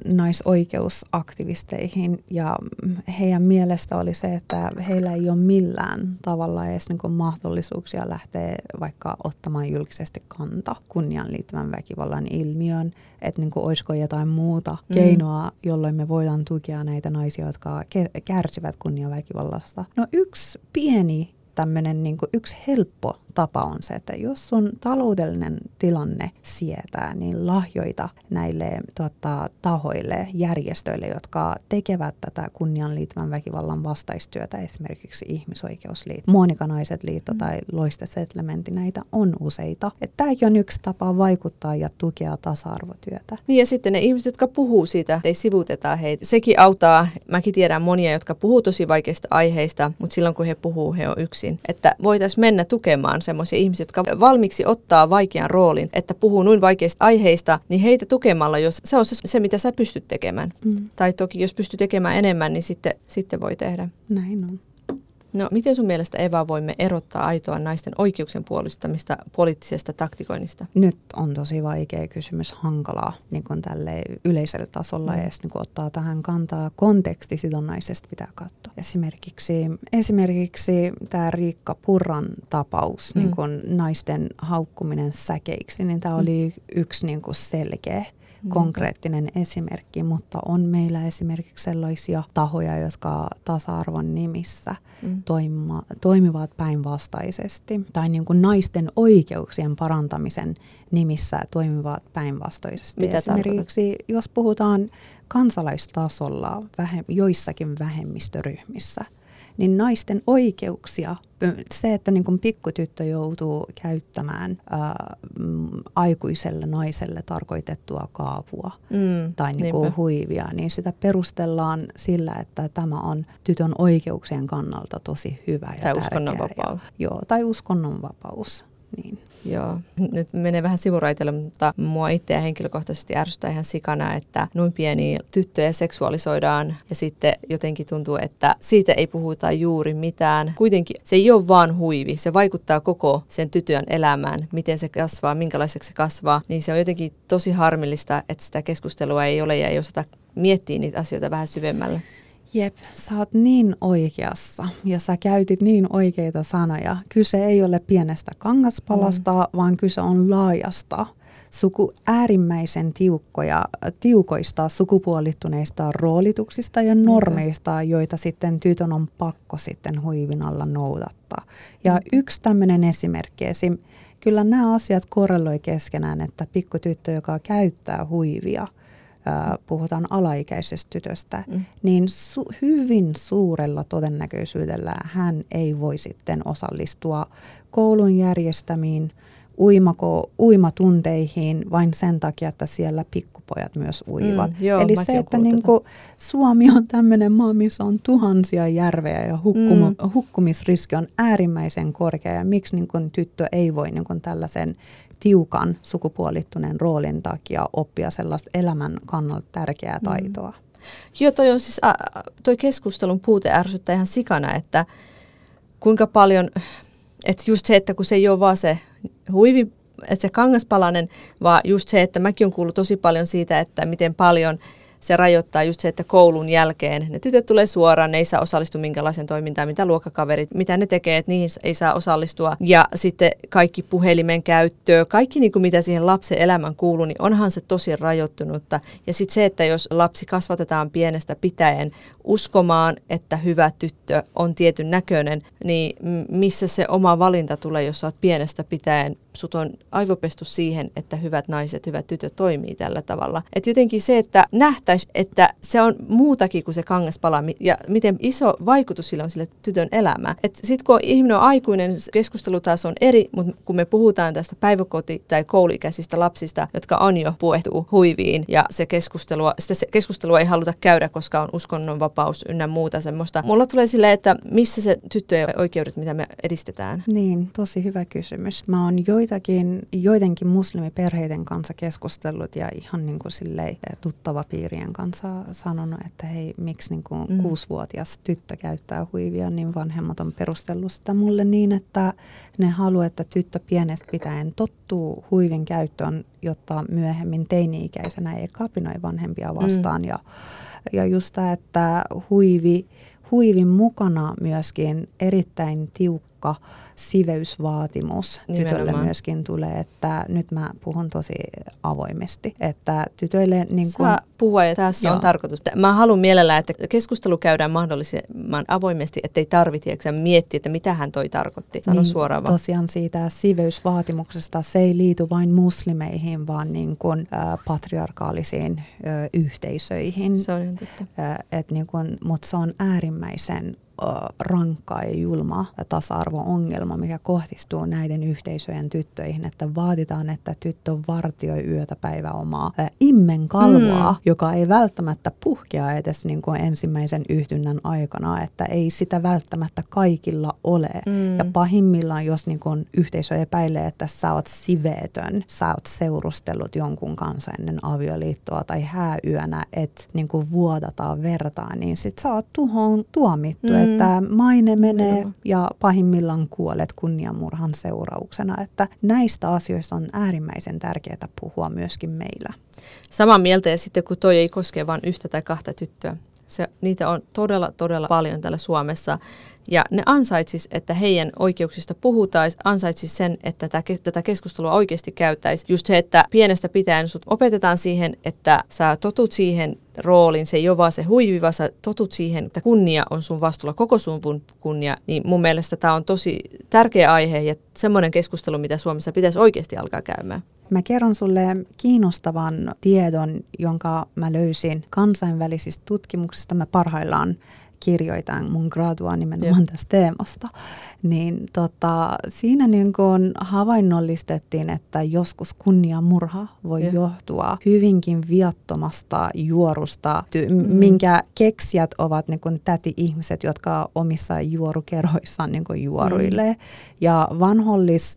naisoikeusaktivisteihin, ja heidän mielestä oli se, että heillä ei ole millään tavalla edes niin kuin mahdollisuuksia lähteä vaikka ottamaan julkisesti kanta kunniaan liittyvän väkivallan ilmiön, että niin kuin olisiko jotain muuta mm. keinoa, jolloin me voidaan tukea näitä naisia, jotka kärsivät kunniaväkivallasta. No yksi pieni tämmöinen niin kuin yksi helppo tapa on se, että jos sun taloudellinen tilanne sietää, niin lahjoita näille tota, tahoille, järjestöille, jotka tekevät tätä kunniaan liittyvän väkivallan vastaistyötä, esimerkiksi Ihmisoikeusliitto, Monika-naiset liitto mm. tai Loiste Settlementti, näitä on useita. Tämäkin on yksi tapa vaikuttaa ja tukea tasa-arvotyötä. Niin ja sitten ne ihmiset, jotka puhuu siitä, että ei sivuteta heitä. Sekin auttaa, mäkin tiedän monia, jotka puhuu tosi vaikeista aiheista, mutta silloin kun he puhuu, he on yksin. Että voitaisiin mennä tukemaan semmoisia ihmisiä, jotka valmiiksi ottaa vaikean roolin, että puhuu noin vaikeista aiheista, niin heitä tukemalla, jos se on se, se mitä sä pystyt tekemään. Mm. Tai toki, jos pystyt tekemään enemmän, niin sitten, sitten voi tehdä. Näin on. No, miten sun mielestä, Eva, voimme erottaa aitoa naisten oikeuksien puolustamista poliittisesta taktikoinnista? Nyt on tosi vaikea kysymys, hankalaa niin kuin tälle yleisellä tasolla mm. edes niin kuin ottaa tähän kantaa. Kontekstisidonnaisesti pitää katsoa. Esimerkiksi, esimerkiksi tämä Riikka Purran tapaus, mm. niin kuin naisten haukkuminen säkeiksi, niin tämä oli mm. yksi niin kuin selkeä. Konkreettinen esimerkki, mutta on meillä esimerkiksi sellaisia tahoja, jotka tasa-arvon nimissä mm. toimima, toimivat päinvastaisesti tai niin kuin naisten oikeuksien parantamisen nimissä toimivat päinvastaisesti. Mitä esimerkiksi tarkoitat? Jos puhutaan kansalaistasolla vähem, joissakin vähemmistöryhmissä, niin naisten oikeuksia, se, että niin kuin pikkutyttö joutuu käyttämään ää, aikuiselle naiselle tarkoitettua kaapua mm, tai niin kuin huivia, niin sitä perustellaan sillä, että tämä on tytön oikeuksien kannalta tosi hyvä ja tai tärkeä. Uskonnonvapaus. Ja, joo, tai uskonnonvapaus. Niin. Joo, nyt menee vähän sivuraiteille, mutta mua itseä henkilökohtaisesti ärsyttää ihan sikana, että noin pieniä tyttöjä seksuaalisoidaan ja sitten jotenkin tuntuu, että siitä ei puhuta juuri mitään. Kuitenkin se ei ole vaan huivi, se vaikuttaa koko sen tytön elämään, miten se kasvaa, minkälaiseksi se kasvaa, niin se on jotenkin tosi harmillista, että sitä keskustelua ei ole ja ei osata miettiä niitä asioita vähän syvemmälle. Jep, sä oot niin oikeassa ja sä käytit niin oikeita sanoja. Kyse ei ole pienestä kangaspalasta, mm. vaan kyse on laajasta, suku äärimmäisen tiukkoja, tiukoista sukupuolittuneista roolituksista ja normeista, mm. joita sitten tytön on pakko sitten huivin alla noudattaa. Ja mm. yksi tämmöinen esimerkki, esim. Kyllä nämä asiat korreloi keskenään, että pikkutyttö, joka käyttää huivia, puhutaan alaikäisestä tytöstä, mm. niin su- hyvin suurella todennäköisyydellä hän ei voi sitten osallistua koulun järjestämiin uimako, uimatunteihin vain sen takia, että siellä pikkupojat myös uivat. Mm, joo, eli se, että niin kuin Suomi on tämmöinen maa, missä on tuhansia järvejä ja hukkumu, mm. hukkumisriski on äärimmäisen korkea. Ja miksi niin kuin tyttö ei voi niin kuin tällaisen tiukan sukupuolittuneen roolin takia oppia sellaista elämän kannalta tärkeää taitoa. Mm. Joo, toi on siis, äh, toi keskustelun puute ärsyttää ihan sikana, että kuinka paljon, että just se, että kun se ei ole vaan se huivi, että se kangaspalanen, vaan just se, että mäkin olen kuullut tosi paljon siitä, että miten paljon se rajoittaa just se, että koulun jälkeen ne tytöt tulee suoraan, ne ei saa osallistua minkälaisen toimintaan, mitä luokkakaverit, mitä ne tekee, että niihin ei saa osallistua. Ja sitten kaikki puhelimen käyttöä, kaikki niin kuin mitä siihen lapsen elämään kuuluu, niin onhan se tosi rajoittunutta. Ja sitten se, että jos lapsi kasvatetaan pienestä pitäen uskomaan, että hyvä tyttö on tietyn näköinen, niin missä se oma valinta tulee, jos sä oot pienestä pitäen, sut on aivopestu siihen, että hyvät naiset, hyvät tytöt toimii tällä tavalla. Että jotenkin se, että nähtäisiin, että se on muutakin kuin se kangaspala ja miten iso vaikutus sillä on sille tytön elämään. Että sitten kun ihminen on aikuinen, keskustelu taas on eri, mutta kun me puhutaan tästä päiväkoti- tai kouluikäisistä lapsista, jotka on jo puettu huiviin ja se keskustelua, sitä se keskustelua ei haluta käydä, koska on uskonnonvapaus ynnä muuta semmoista. Mulla tulee silleen, että missä se tyttöjen oikeudet, mitä me edistetään? Niin, tosi hyvä kysymys. Mä oon joitakin, joidenkin muslimiperheiden kanssa keskustellut ja ihan niin kuin silleen tuttava piirien kanssa sanonut, että hei, miksi niin kuin mm. kuusivuotias tyttö käyttää huivia, niin vanhemmat on perustellut sitä mulle niin, että ne haluaa, että tyttö pienestä pitäen tottuu huivin käyttöön, jotta myöhemmin teini-ikäisenä ei kapinoi vanhempia vastaan. Mm. Ja, ja just tämä, että huivi, huivin mukana myöskin erittäin tiukka siveysvaatimus nimenomaan tytölle myöskin tulee, että nyt mä puhun tosi avoimesti, että tytöille niin kun saa puhua ja tässä joo. on tarkoitus. Mä haluan mielellään, että keskustelu käydään mahdollisimman avoimesti, ettei tarvitse miettiä, että mitä hän toi tarkoitti. Sano niin, suoraan vaan. Tosiaan siitä siveysvaatimuksesta se ei liity vain muslimeihin, vaan niin kuin, äh, patriarkaalisiin äh, yhteisöihin. Se on ihan totta. Äh, et niin kun, mutta se on äärimmäisen rankka ja julma tasa-arvo-ongelma, mikä kohdistuu näiden yhteisöjen tyttöihin, että vaaditaan, että tyttö vartioi yötä päivä omaa ä, immenkalvoa, mm. joka ei välttämättä puhkea edes niin kuin ensimmäisen yhdynnän aikana, että ei sitä välttämättä kaikilla ole. Mm. Ja pahimmillaan, jos niin kuin yhteisö epäilee, että sä oot siveetön, sä oot seurustellut jonkun kanssa ennen avioliittoa tai hääyönä, et niin kuin vuodataan vertaan, niin sit sä oot tuhoon tuomittu, mm. että maine menee ja pahimmillaan kuolet kunniamurhan seurauksena. Että näistä asioista on äärimmäisen tärkeää puhua myöskin meillä. Samaa mieltä ja sitten kun toi ei koske vain yhtä tai kahta tyttöä. Se, niitä on todella, todella paljon täällä Suomessa. Ja ne ansaitsis, että heidän oikeuksista puhutaan, ansaitsis sen, että tätä, tätä keskustelua oikeasti käytäisi. Just se, että pienestä pitäen sut opetetaan siihen, että sä totut siihen rooliin, se ei ole vaan se huivi, vaan sä totut siihen, että kunnia on sun vastuulla, koko sun kunnia. Niin mun mielestä tämä on tosi tärkeä aihe ja semmoinen keskustelu, mitä Suomessa pitäisi oikeasti alkaa käymään. Mä kerron sulle kiinnostavan tiedon, jonka mä löysin kansainvälisistä tutkimuksista. Mä parhaillaan kirjoitan mun gradua nimenomaan tästä teemasta. Niin tota, siinä niin kun havainnollistettiin, että joskus kunniamurha voi ja. johtua hyvinkin viattomasta juorusta, ty- mm. minkä keksijät ovat niin kun täti-ihmiset, jotka omissa juorukerhoissaan niin kun juoruilee. Mm. Ja vanhollis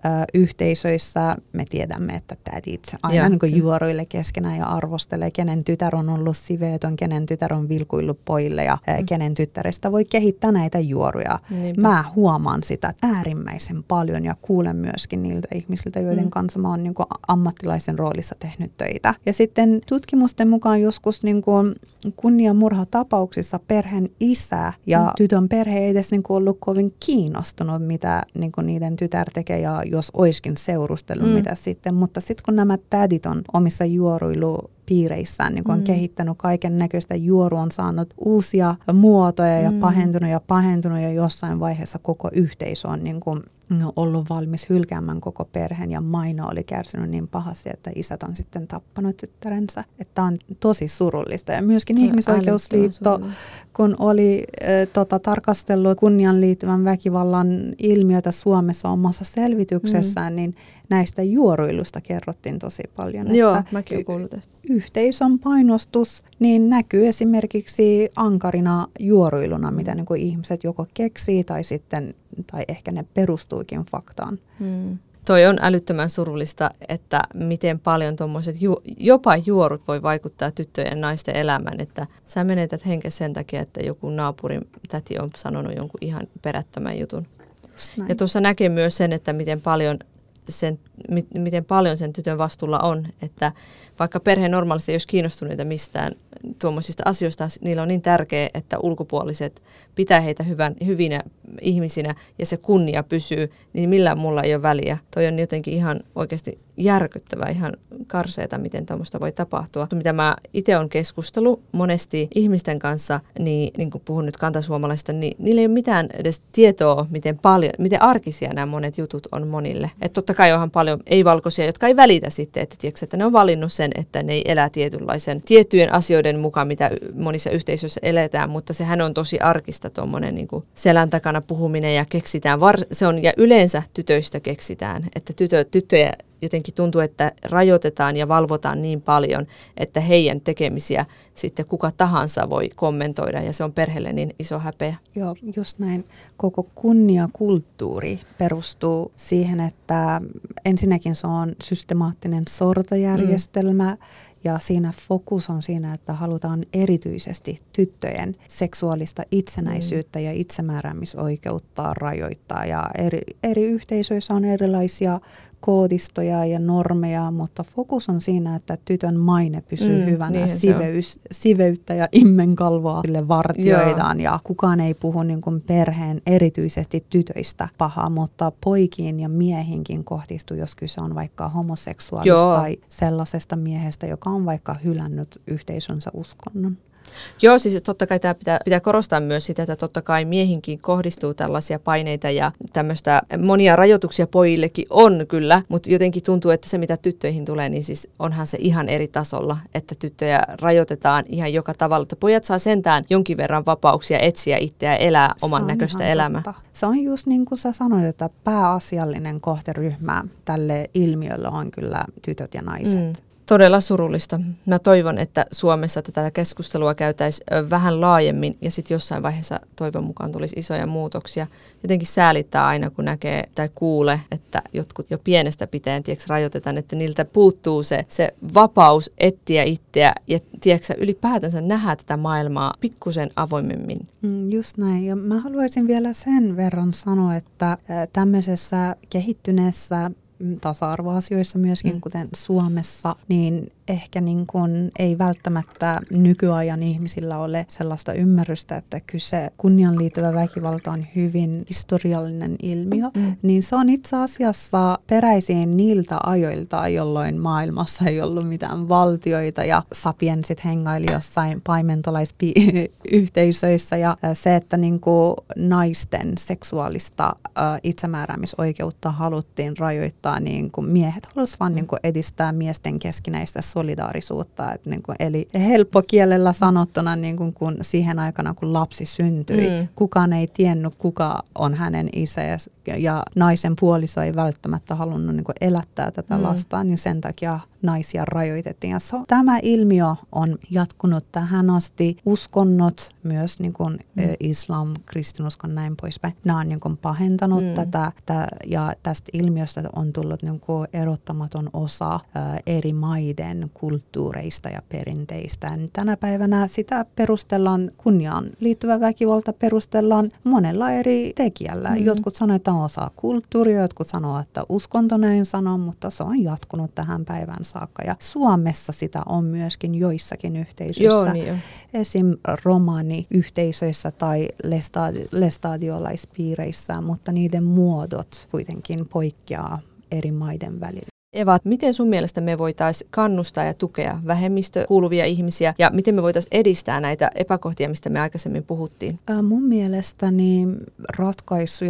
yhteisöissä me tiedämme, että tädit aina niin kuin juoruille keskenään ja arvostelee, kenen tytär on ollut siveetön, kenen tytär on vilkuillut pojille ja mm. kenen tyttärestä voi kehittää näitä juoruja. Niinpä. Mä huomaan sitä äärimmäisen paljon ja kuulen myöskin niiltä ihmisiltä, joiden mm. kanssa mä oon niin kuin ammattilaisen roolissa tehnyt töitä. Ja sitten tutkimusten mukaan joskus niin kuin kunniamurhatapauksissa perheen isä ja mm. tytön perhe ei edes niin kuin ollut kovin kiinnostunut, mitä niin kuin niiden tytär tekee ja jos oiskin seurustellut, mm. mitä sitten. Mutta sitten kun nämä tädit on omissa juoruilupiireissään, niin kun on mm. kehittänyt kaiken näköistä, juoru on saanut uusia muotoja ja mm. pahentunut ja pahentunut ja jossain vaiheessa koko yhteisö on niin kuin ollut valmis hylkäämään koko perheen ja Maino oli kärsinyt niin pahasti, että isät on sitten tappanut tyttärensä. Että on tosi surullista. Ja myöskin Tuo Ihmisoikeusliitto, kun oli äh, tota, tarkastellut kunniaan liittyvän väkivallan ilmiötä Suomessa omassa selvityksessään, mm. niin näistä juoruilusta kerrottiin tosi paljon. Joo, että mäkin olen kuullut tästä. Yhteisön painostus niin näkyy esimerkiksi ankarina juoruiluna, mitä niin kuin ihmiset joko keksii tai sitten, tai ehkä ne perustuikin faktaan. Hmm. Toi on älyttömän surullista, että miten paljon tuommoiset ju- jopa juorut voi vaikuttaa tyttöjen ja naisten elämään, että sä menetät henkes sen takia, että joku naapurin täti on sanonut jonkun ihan perättömän jutun. Ja tuossa näkee myös sen, että miten paljon sen, mi- miten paljon sen tytön vastuulla on, että vaikka perhe normaalisti ei olisi kiinnostuneita mistään tuommoisista asioista, niillä on niin tärkeää, että ulkopuoliset pitää heitä hyvän, hyvinä ihmisinä ja se kunnia pysyy, niin millään mulla ei ole väliä. Toi on jotenkin ihan oikeasti järkyttävää, ihan karseeta, miten tuommoista voi tapahtua. Mitä mä itse olen keskustellut monesti ihmisten kanssa, niin, niin kuin puhun nyt kantasuomalaisista, niin niillä ei ole mitään edes tietoa, miten paljon, miten arkisia nämä monet jutut on monille. Että totta kai onhan paljon ei-valkoisia, jotka ei välitä sitten, että, tiiäks, että ne on valinnut sen, että ne ei elä tietynlaisen, tiettyjen asioiden mukaan, mitä monissa yhteisöissä eletään, mutta sehän on tosi arkista tuommoinen niin kuin selän takana puhuminen ja keksitään. Var, se on, ja yleensä tytöistä keksitään, että tytö, tyttöjä jotenkin tuntuu, että rajoitetaan ja valvotaan niin paljon, että heidän tekemisiä sitten kuka tahansa voi kommentoida ja se on perheelle niin iso häpeä. Joo, just näin. Koko kunniakulttuuri perustuu siihen, että ensinnäkin se on systemaattinen sortojärjestelmä, mm. ja siinä fokus on siinä, että halutaan erityisesti tyttöjen seksuaalista itsenäisyyttä mm. ja itsemääräämisoikeutta rajoittaa. Ja eri, eri yhteisöissä on erilaisia koodistoja ja normeja, mutta fokus on siinä, että tytön maine pysyy mm, hyvänä, siveys, siveyttä ja immenkalvoa sille vartioidaan. Joo. Ja kukaan ei puhu niin kuin perheen erityisesti tytöistä pahaa, mutta poikiin ja miehinkin kohdistuu, jos kyse on vaikka homoseksuaalista Joo. tai sellaisesta miehestä, joka on vaikka hylännyt yhteisönsä uskonnon. Joo, siis totta kai tämä pitää, pitää korostaa myös sitä, että totta kai miehinkin kohdistuu tällaisia paineita ja tämmöistä monia rajoituksia pojillekin on kyllä, mutta jotenkin tuntuu, että se mitä tyttöihin tulee, niin siis onhan se ihan eri tasolla, että tyttöjä rajoitetaan ihan joka tavalla, että pojat saa sentään jonkin verran vapauksia etsiä itseä ja elää oman näköistä elämää. Totta. Se on just niin kuin sä sanoit, että pääasiallinen kohderyhmä tälle ilmiölle on kyllä tytöt ja naiset. Mm. Todella surullista. Mä toivon, että Suomessa tätä keskustelua käytäisiin vähän laajemmin ja sitten jossain vaiheessa toivon mukaan tulisi isoja muutoksia. Jotenkin säälittää aina, kun näkee tai kuulee, että jotkut jo pienestä pitäen tiiäks, rajoitetaan, että niiltä puuttuu se, se vapaus etsiä itseä ja tiiäks, ylipäätänsä nähdä tätä maailmaa pikkusen avoimemmin. Mm, just näin. Ja mä haluaisin vielä sen verran sanoa, että tämmöisessä kehittyneessä tasa-arvoasioissa myöskin, mm. kuten Suomessa, niin ehkä niin kuin ei välttämättä nykyajan ihmisillä ole sellaista ymmärrystä, että kyse kunniaan liittyvä väkivalta on hyvin historiallinen ilmiö, mm. niin se on itse asiassa peräisin niiltä ajoilta, jolloin maailmassa ei ollut mitään valtioita ja sapiensit hengaili jossain paimentolaisyhteisöissä ja se, että niin kuin naisten seksuaalista itsemääräämisoikeutta haluttiin rajoittaa, niin kuin miehet halusivat vaan niin kuin edistää miesten keskinäistä solidaarisuutta. Että niin kuin, eli helppokielellä sanottuna niin kuin, kun siihen aikana, kun lapsi syntyi, mm. kukaan ei tiennyt, kuka on hänen isä ja naisen puoliso ei välttämättä halunnut niin kuin elättää tätä mm. lasta, niin sen takia naisia rajoitettiin. Ja so, tämä ilmiö on jatkunut tähän asti. Uskonnot, myös niin kuin mm. islam, kristinuskon näin poispäin, nämä on niin kuin pahentanut mm. tätä tä, ja tästä ilmiöstä on tullut niin kuin erottamaton osa ä, eri maiden kulttuureista ja perinteistä. Tänä päivänä sitä perustellaan, kunniaan liittyvä väkivalta perustellaan monella eri tekijällä. Mm. Jotkut sanoo, että on osa kulttuuria, jotkut sanoo, että uskonto näin sanoo, mutta se on jatkunut tähän päivään saakka. Ja Suomessa sitä on myöskin joissakin yhteisöissä. Joo, niin jo. Esim. Romaniyhteisöissä tai lestadi- lestadiolaispiireissä, mutta niiden muodot kuitenkin poikkeaa eri maiden välillä. Eva, miten sun mielestä me voitaisiin kannustaa ja tukea vähemmistö kuuluvia ihmisiä ja miten me voitaisiin edistää näitä epäkohtia, mistä me aikaisemmin puhuttiin? Mun mielestäni ratkaisuja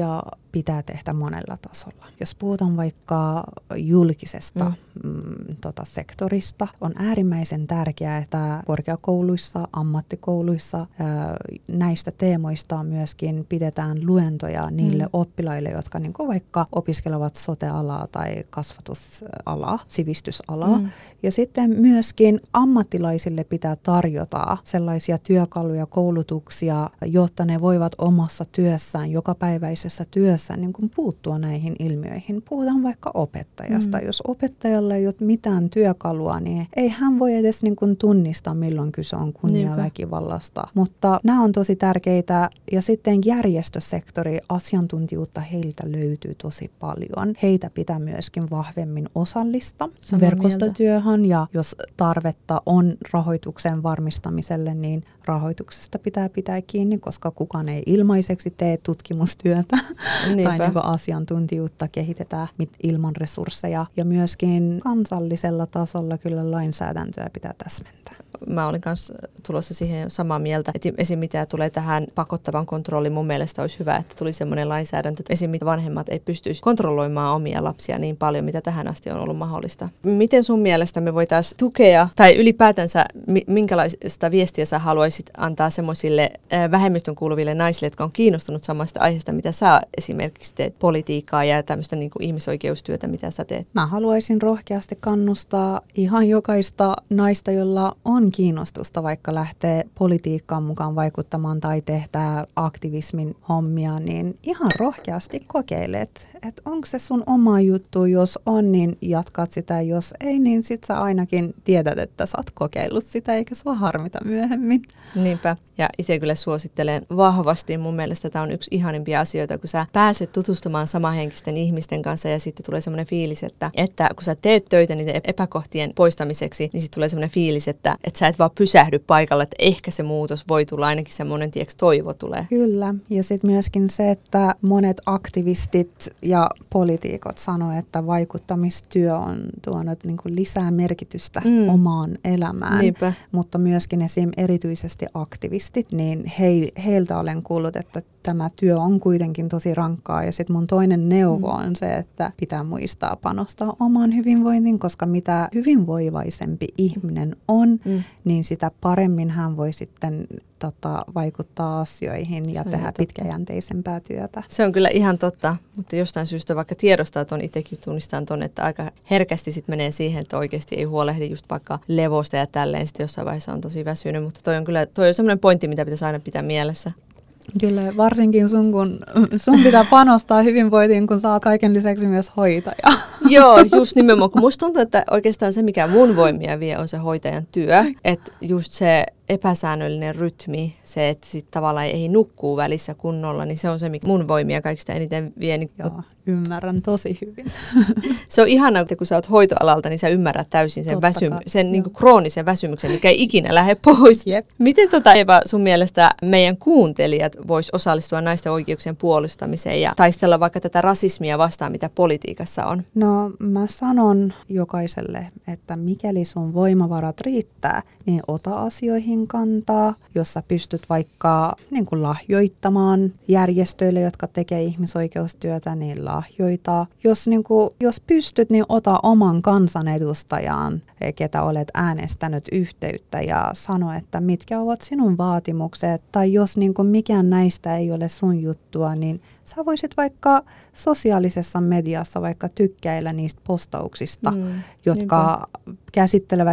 pitää tehdä monella tasolla. Jos puhutaan vaikka julkisesta mm. Mm, tota sektorista, on äärimmäisen tärkeää, että korkeakouluissa, ammattikouluissa ää, näistä teemoista myöskin pidetään luentoja niille mm. oppilaille, jotka niin kuin vaikka opiskelevat sote-alaa tai kasvatusalaa, sivistysalaa. Mm. Ja sitten myöskin ammattilaisille pitää tarjota sellaisia työkaluja, koulutuksia, jotta ne voivat omassa työssään, jokapäiväisessä työssään niin kuin puuttua näihin ilmiöihin. Puhutaan vaikka opettajasta. Mm. Jos opettajalla ei ole mitään työkalua, niin ei hän voi edes niin kuin tunnistaa, milloin kyse on kunniaväkivallasta. Mutta nämä on tosi tärkeitä. Ja sitten järjestösektori, asiantuntijuutta heiltä löytyy tosi paljon. Heitä pitää myöskin vahvemmin osallistaa Saman verkostotyöhön. Ja jos tarvetta on rahoituksen varmistamiselle, niin rahoituksesta pitää pitää kiinni, koska kukaan ei ilmaiseksi tee tutkimustyötä tai niin kuin asiantuntijuutta kehitetään ilman resursseja. Ja myöskin kansallisella tasolla kyllä lainsäädäntöä pitää täsmentää. Mä olin kanssa tulossa siihen samaa mieltä. Et esim. Mitä tulee tähän pakottavan kontrolliin, mun mielestä olisi hyvä, että tuli semmoinen lainsäädäntö, että esim. Vanhemmat ei pystyisi kontrolloimaan omia lapsia niin paljon, mitä tähän asti on ollut mahdollista. Miten sun mielestä me voitaisiin tukea, tai ylipäätänsä minkälaista viestiä sä haluaisit antaa semmoisille vähemmistön kuuluville naisille, jotka on kiinnostunut samasta aiheesta, mitä sä esimerkiksi teet, politiikkaa ja tämmöistä niin kuin ihmisoikeustyötä, mitä sä teet? Mä haluaisin rohkeasti kannustaa ihan jokaista naista, jolla on kiinnostusta vaikka lähtee politiikkaan mukaan vaikuttamaan tai tehdään aktivismin hommia, niin ihan rohkeasti kokeilet, että onko se sun oma juttu, jos on, niin jatkat sitä, jos ei, niin sit sä ainakin tiedät, että sä oot kokeillut sitä, eikä sua harmita myöhemmin. Niinpä, ja itse kyllä suosittelen vahvasti, mun mielestä tämä on yksi ihanimpia asioita, kun sä pääset tutustumaan samanhenkisten ihmisten kanssa ja sitten tulee semmoinen fiilis, että, että kun sä teet töitä niiden epäkohtien poistamiseksi, niin sitten tulee semmoinen fiilis, että, että sä et vaan pysähdy paikalla, että ehkä se muutos voi tulla, ainakin semmoinen tieks toivo tulee. Kyllä, ja sitten myöskin se, että monet aktivistit ja poliitikot sanoo, että vaikuttamistyö on tuonut niin kuin lisää merkitystä mm. omaan elämään, Niinpä. Mutta myöskin esim. Erityisesti aktivistit, niin he, heiltä olen kuullut, että tämä työ on kuitenkin tosi rankkaa ja sitten mun toinen neuvo mm. on se, että pitää muistaa panostaa omaan hyvinvointiin, koska mitä hyvinvoivaisempi ihminen on, mm. niin sitä paremmin hän voi sitten tota, vaikuttaa asioihin ja tehdä pitkäjänteisempää työtä. Se on kyllä ihan totta, mutta jostain syystä vaikka tiedostaa ton, itsekin tunnistan ton, että aika herkästi sit menee siihen, että oikeasti ei huolehdi just vaikka levosta ja tälleen, sitten jossain vaiheessa on tosi väsynyt, mutta toi on kyllä toi on semmoinen pointti, mitä pitäisi aina pitää mielessä. Kyllä, varsinkin sun, kun sun pitää panostaa hyvinvointiin, kun sä oot kaiken lisäksi myös hoitaja. Joo, just nimenomaan, kun musta tuntuu, että oikeastaan se, mikä mun voimia vie, on se hoitajan työ. Että just se epäsäännöllinen rytmi, se, että sit tavallaan ei nukkuu välissä kunnolla, niin se on se, mikä mun voimia kaikista eniten vie. Niin, Joo, ymmärrän tosi hyvin. Se on ihanaa, että kun sä oot hoitoalalta, niin sä ymmärrät täysin sen, väsymy- sen niin kuin kroonisen väsymyksen, mikä ei ikinä lähde pois. Jep. Miten tota, Eva, sun mielestä meidän kuuntelijat vois osallistua naisten oikeuksien puolustamiseen ja taistella vaikka tätä rasismia vastaan, mitä politiikassa on? No mä sanon jokaiselle, että mikäli sun voimavarat riittää, niin ota asioihin kantaa, jos sä pystyt vaikka niin kuin lahjoittamaan järjestöille, jotka tekee ihmisoikeustyötä, niin lahjoita. Jos, niin kuin, jos pystyt, niin ota oman kansanedustajan, ketä olet äänestänyt, yhteyttä ja sano, että mitkä ovat sinun vaatimukset. Tai jos niin kuin mikään näistä ei ole sun juttua, niin sä voisit vaikka sosiaalisessa mediassa vaikka tykkäillä niistä postauksista, mm, jotka niinpä. käsittelevät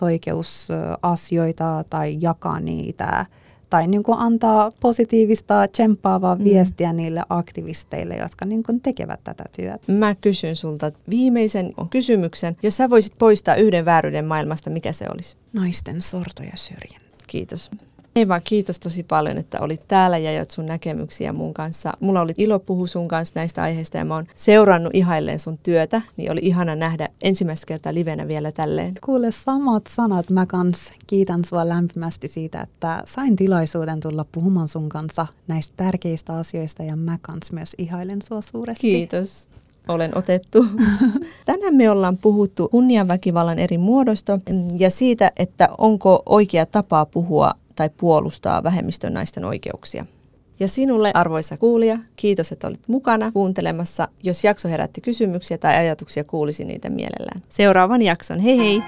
ihmisoikeusasioita tai jakaa niitä. Tai niin kuin antaa positiivista, tsemppaavaa mm. viestiä niille aktivisteille, jotka niin kuin tekevät tätä työtä. Mä kysyn sulta viimeisen kysymyksen. Jos sä voisit poistaa yhden vääryyden maailmasta, mikä se olisi? Naisten sorto ja syrjintä. Kiitos. Eva, kiitos tosi paljon, että olit täällä ja jaoit sun näkemyksiä mun kanssa. Mulla oli ilo puhua sun kanssa näistä aiheista ja mä oon seurannut ihailleen sun työtä, niin oli ihana nähdä ensimmäistä kertaa livenä vielä tälleen. Kuule, samat sanat. Mä kans kiitän sua lämpimästi siitä, että sain tilaisuuden tulla puhumaan sun kanssa näistä tärkeistä asioista ja mä kans myös ihailen sua suuresti. Kiitos. Olen otettu. Tänään me ollaan puhuttu kunniaväkivallan eri muodosta ja siitä, että onko oikea tapa puhua tai puolustaa vähemmistön naisten oikeuksia. Ja sinulle, arvoisa kuulija, kiitos, että olit mukana kuuntelemassa. Jos jakso herätti kysymyksiä tai ajatuksia, kuulisin niitä mielellään. Seuraavan jakson. Hei hei!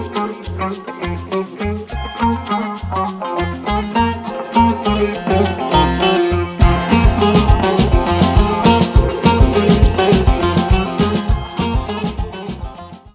Thank you.